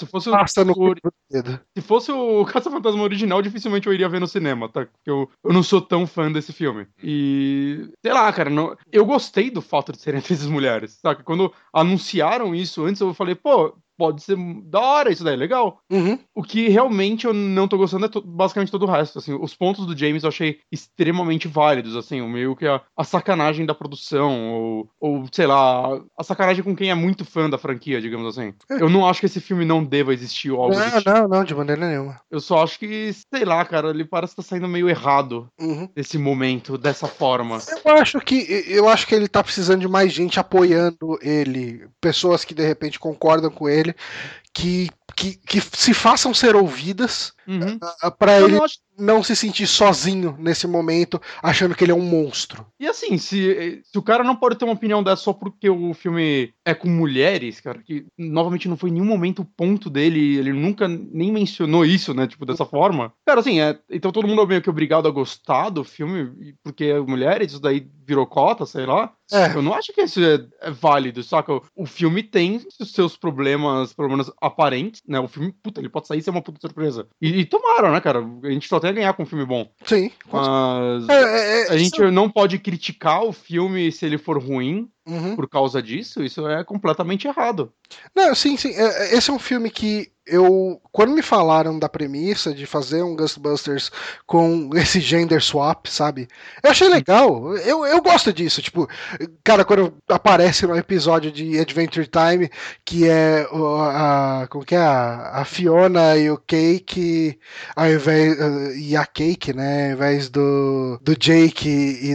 se fosse o Caça-Fantasma original, dificilmente eu iria ver no cinema, tá? Porque eu não sou tão fã desse filme. E, sei lá, cara, eu gostei do fato de serem atrizes mulheres, sabe? Quando anunciaram isso antes, eu falei, pô, pode ser da hora isso daí, legal. O que realmente eu não tô gostando é basicamente todo o resto, assim, os pontos do James eu achei extremamente válidos, assim, o meio que a sacanagem da produção, ou sei lá, a sacanagem com quem é muito fã da franquia, digamos assim. Eu não acho que esse filme não deva existir ou algo do tipo. Não, de maneira nenhuma. Eu só acho que, sei lá, cara, ele parece que tá saindo meio errado nesse momento, dessa forma. Eu acho que ele tá precisando de mais gente apoiando ele, pessoas que de repente concordam com ele, que se façam ser ouvidas pra ele não se sentir sozinho nesse momento, achando que ele é um monstro. E assim, se o cara não pode ter uma opinião dessa só porque o filme é com mulheres, cara, que novamente não foi em nenhum momento o ponto dele, ele nunca nem mencionou isso, né, tipo, dessa forma. Cara, assim, então todo mundo é meio que obrigado a gostar do filme porque é mulheres, isso daí virou cota, sei lá. Eu não acho que isso é válido, saca? O filme tem os seus problemas, pelo menos aparentes, né? O filme, ele pode sair e ser uma puta surpresa. E tomaram, né, cara? A gente só tem a ganhar com um filme bom. Sim. Mas a gente não pode criticar o filme se ele for ruim por causa disso. Isso é completamente errado. Não, sim. Esse é um filme que quando me falaram da premissa de fazer um Ghostbusters com esse gender swap, sabe? Eu achei legal. Eu gosto disso. Tipo, cara, quando aparece no episódio de Adventure Time, que é como que é? A Fiona e o Cake, ao invés, e a Cake, né? Ao invés do Jake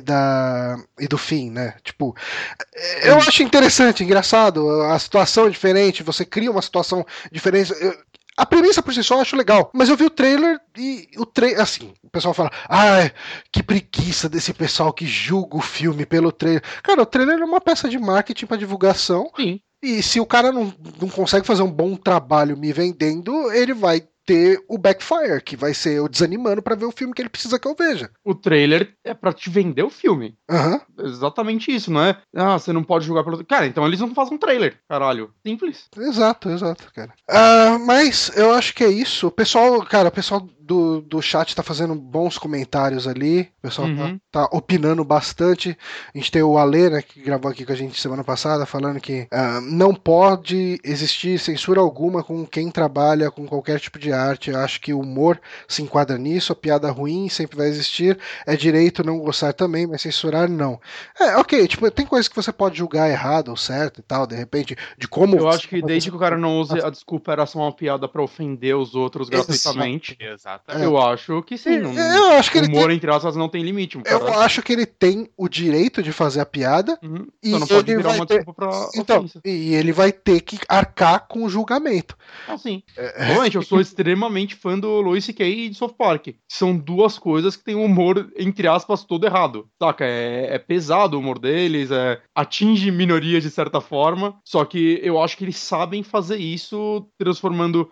e do Finn, né? Tipo, eu acho interessante, engraçado. A situação é diferente, você cria uma situação diferente. A premissa por si só eu acho legal, mas eu vi o trailer e assim, o pessoal fala, que preguiça desse pessoal que julga o filme pelo trailer. Cara, o trailer é uma peça de marketing pra divulgação. Sim. E se o cara não consegue fazer um bom trabalho me vendendo, ele vai ter o backfire, que vai ser eu desanimando pra ver o filme que ele precisa que eu veja. O trailer é pra te vender o filme. Exatamente isso, não é? Você não pode julgar pelo... Cara, então eles não fazem um trailer, caralho. Simples. Exato, cara. Mas eu acho que é isso. O pessoal do chat tá fazendo bons comentários ali. O pessoal tá opinando bastante. A gente tem o Ale, né, que gravou aqui com a gente semana passada, falando que não pode existir censura alguma com quem trabalha com qualquer tipo de arte. Eu acho que o humor se enquadra nisso. A piada ruim sempre vai existir. É direito não gostar também, mas censurar não. Ok, tipo, tem coisas que você pode julgar errado ou certo e tal, de repente, de como... Eu acho que desde que o cara não use a desculpa era só uma piada pra ofender os outros gratuitamente. Exato. Exatamente. Eu acho que sim. Eu acho que o humor, tem... entre aspas, não tem limite. Eu acho que ele tem o direito de fazer a piada. E só não pode virar uma desculpa pra ofensa. E ele vai ter que arcar com o julgamento. Ah, sim. Realmente, eu sou extremamente fã do Louis C.K. e de South Park. São duas coisas que têm um humor, entre aspas, todo errado. Saca? É pesado o humor deles, atinge minorias de certa forma, só que eu acho que eles sabem fazer isso transformando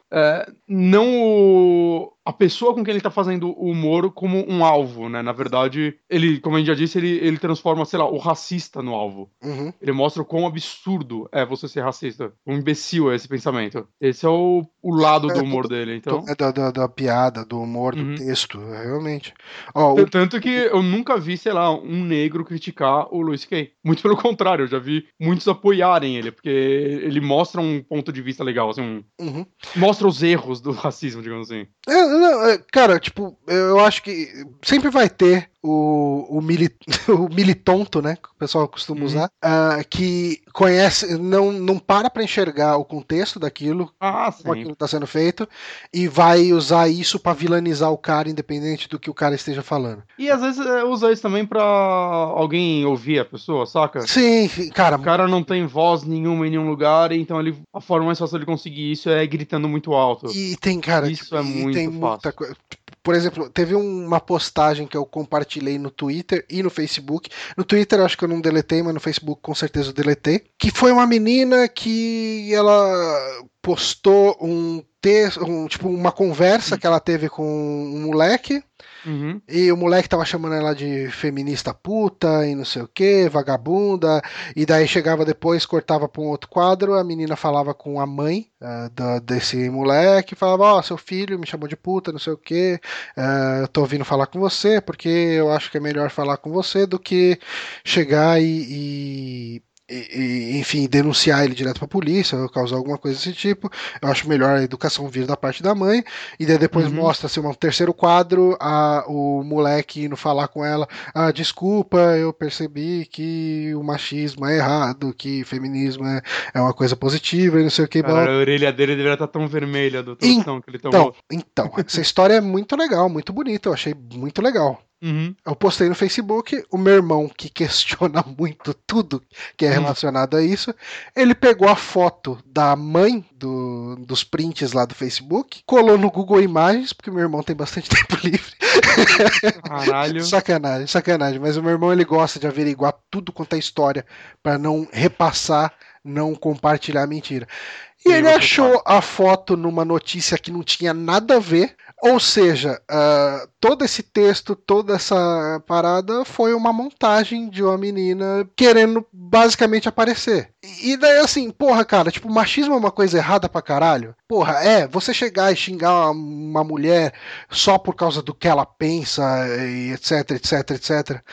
não a pessoa com quem ele tá fazendo o humor como um alvo, né? Na verdade, ele, como a gente já disse, ele transforma, sei lá, o racista no alvo. Ele mostra o quão absurdo é você ser racista. Um imbecil é esse pensamento. Esse é o lado do humor dele, então... Da piada, do humor, do texto, realmente. Tanto que eu nunca vi, sei lá, um negro criticar o Louis C.K. Muito pelo contrário, eu já vi muitos apoiarem ele, porque ele mostra um ponto de vista legal, assim, mostra os erros do racismo, digamos assim. Cara, tipo, eu acho que sempre vai ter o militonto, né, que o pessoal costuma usar, que conhece, não para pra enxergar o contexto daquilo, como aquilo tá sendo feito, e vai usar isso pra vilanizar o cara, independente do que o cara esteja falando. E às vezes usa isso também pra alguém ouvir a pessoa, saca? Sim, cara. O cara não tem voz nenhuma em nenhum lugar, então a forma mais fácil de conseguir isso é gritando muito alto. E tem, cara, isso é muito fácil. Muita coisa. Por exemplo, teve uma postagem que eu compartilhei no Twitter e no Facebook. No Twitter eu acho que eu não deletei, mas no Facebook com certeza eu deletei. Que foi uma menina que ela postou um texto, tipo uma conversa que ela teve com um moleque. E o moleque tava chamando ela de feminista puta e não sei o que, vagabunda, e daí chegava depois, cortava pra um outro quadro, a menina falava com a mãe desse moleque, falava, seu filho me chamou de puta, não sei o que, eu tô vindo falar com você, porque eu acho que é melhor falar com você do que chegar enfim, denunciar ele direto pra polícia ou causar alguma coisa desse tipo. Eu acho melhor a educação vir da parte da mãe. E daí depois mostra-se um terceiro quadro, o moleque indo falar com ela, desculpa, eu percebi que o machismo é errado, que feminismo é uma coisa positiva e não sei o que. Cara, a orelha dele deveria estar tão vermelha do torção que ele tomou. Então, essa história é muito legal, muito bonita, eu achei muito legal. Eu postei no Facebook, o meu irmão, que questiona muito tudo que é relacionado a isso, ele pegou a foto da mãe dos prints lá do Facebook, colou no Google Imagens, porque meu irmão tem bastante tempo livre. Caralho. Sacanagem, mas o meu irmão ele gosta de averiguar tudo quanto é história, para não repassar, não compartilhar mentira. E ele achou a foto numa notícia que não tinha nada a ver. Ou seja, todo esse texto, toda essa parada foi uma montagem de uma menina querendo basicamente aparecer. E daí assim, porra, cara, tipo, machismo é uma coisa errada pra caralho? Porra, você chegar e xingar uma mulher só por causa do que ela pensa, e etc, etc, etc.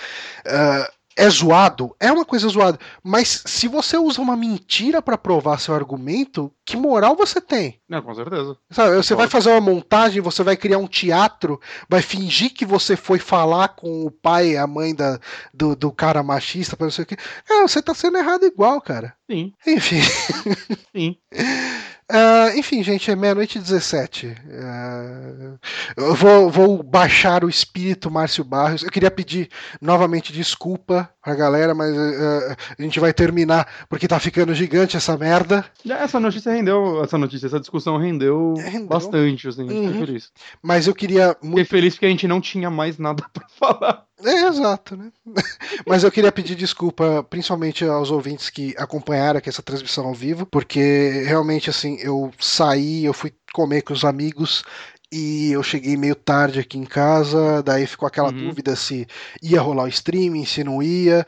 É zoado? É uma coisa zoada. Mas se você usa uma mentira pra provar seu argumento, que moral você tem? Não, com certeza. Sabe, você vai fazer uma montagem, você vai criar um teatro, vai fingir que você foi falar com o pai e a mãe do cara machista, pra não sei o quê. Você tá sendo errado igual, cara. Sim. Enfim. Sim. Enfim, gente, é 00:17. Eu vou baixar o espírito Márcio Barros. Eu queria pedir novamente desculpa pra galera, mas a gente vai terminar porque tá ficando gigante essa merda. Essa discussão rendeu bastante, assim, fiquei feliz. Mas eu queria... Fiquei feliz porque a gente não tinha mais nada pra falar. Exato, né? Mas eu queria pedir desculpa, principalmente aos ouvintes que acompanharam aqui essa transmissão ao vivo, porque realmente, assim, eu fui comer com os amigos e eu cheguei meio tarde aqui em casa, daí ficou aquela dúvida se ia rolar o streaming, se não ia.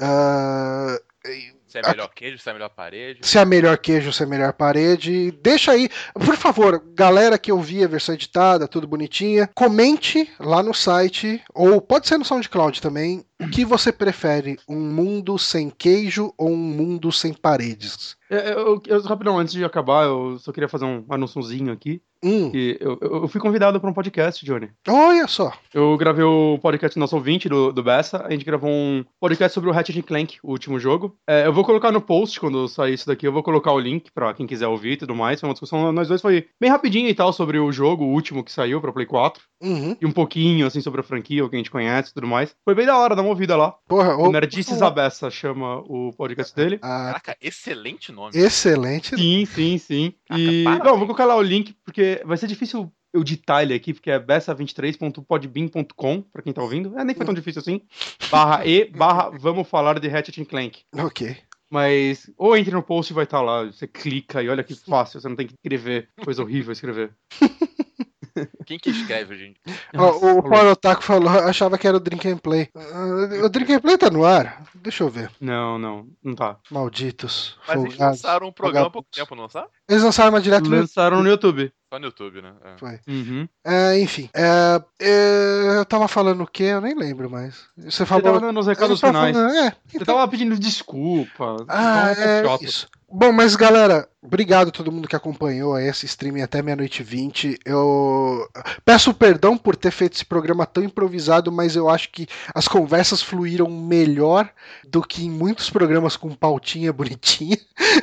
Se é melhor queijo, se é melhor parede. Se é melhor queijo, se é melhor parede. Deixa aí, por favor, galera que ouvir a versão editada, tudo bonitinha, comente lá no site, ou pode ser no SoundCloud também, o que você prefere, um mundo sem queijo ou um mundo sem paredes? Rapidão, antes de acabar, eu só queria fazer um anúnciozinho aqui. Que eu fui convidado para um podcast, Johnny. Olha só. Eu gravei o podcast do nosso ouvinte, do Bessa. A gente gravou um podcast sobre o Ratchet & Clank, o último jogo. Eu vou colocar no post, quando sair isso daqui, eu vou colocar o link pra quem quiser ouvir e tudo mais. Foi uma discussão, nós dois foi bem rapidinho e tal, sobre o jogo, o último que saiu pra Play 4. E um pouquinho, assim, sobre a franquia, o que a gente conhece e tudo mais. Foi bem da hora, dá uma ouvida lá. Porra, o Nerdices Abessa chama o podcast dele. Caraca, excelente nome. Excelente. Sim. E, não, vou colocar lá o link, porque vai ser difícil eu digitar ele aqui, porque é bessa23.podbean.com, pra quem tá ouvindo. Nem foi tão difícil assim. /vamos falar de Ratchet & Clank. Ok. Mas, ou entre no post e vai estar lá, você clica e olha que fácil, você não tem que escrever, coisa horrível escrever. Quem que escreve, gente? O Paulo Otaku falou, achava que era o Drink and Play. O Drink and Play tá no ar? Deixa eu ver. Não tá. Malditos. Mas eles lançaram um programa há pouco tempo, não sabe? Eles lançaram uma direto Lançaram no YouTube. Só no YouTube, né? Foi. Enfim. Eu tava falando o quê? Eu nem lembro mais. Você falou... tava dando os recados finais. Falando, Você tava pedindo desculpa. Isso. Bom, mas galera, obrigado a todo mundo que acompanhou esse streaming até meia-noite 20. Eu peço perdão por ter feito esse programa tão improvisado, mas eu acho que as conversas fluíram melhor do que em muitos programas com pautinha bonitinha.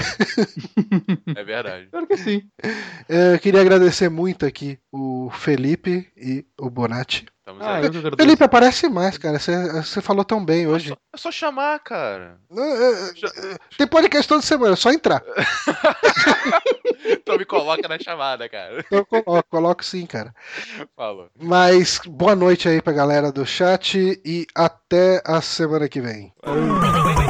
É verdade. Claro que sim. Eu queria agradecer muito aqui o Felipe e o Bonatti. Felipe, aparece mais, cara. Você falou tão bem hoje. É só chamar, cara. Tem podcast toda semana, é só entrar. Então me coloca na chamada, cara. Eu coloco sim, cara. Falou. Mas boa noite aí pra galera do chat e até a semana que vem.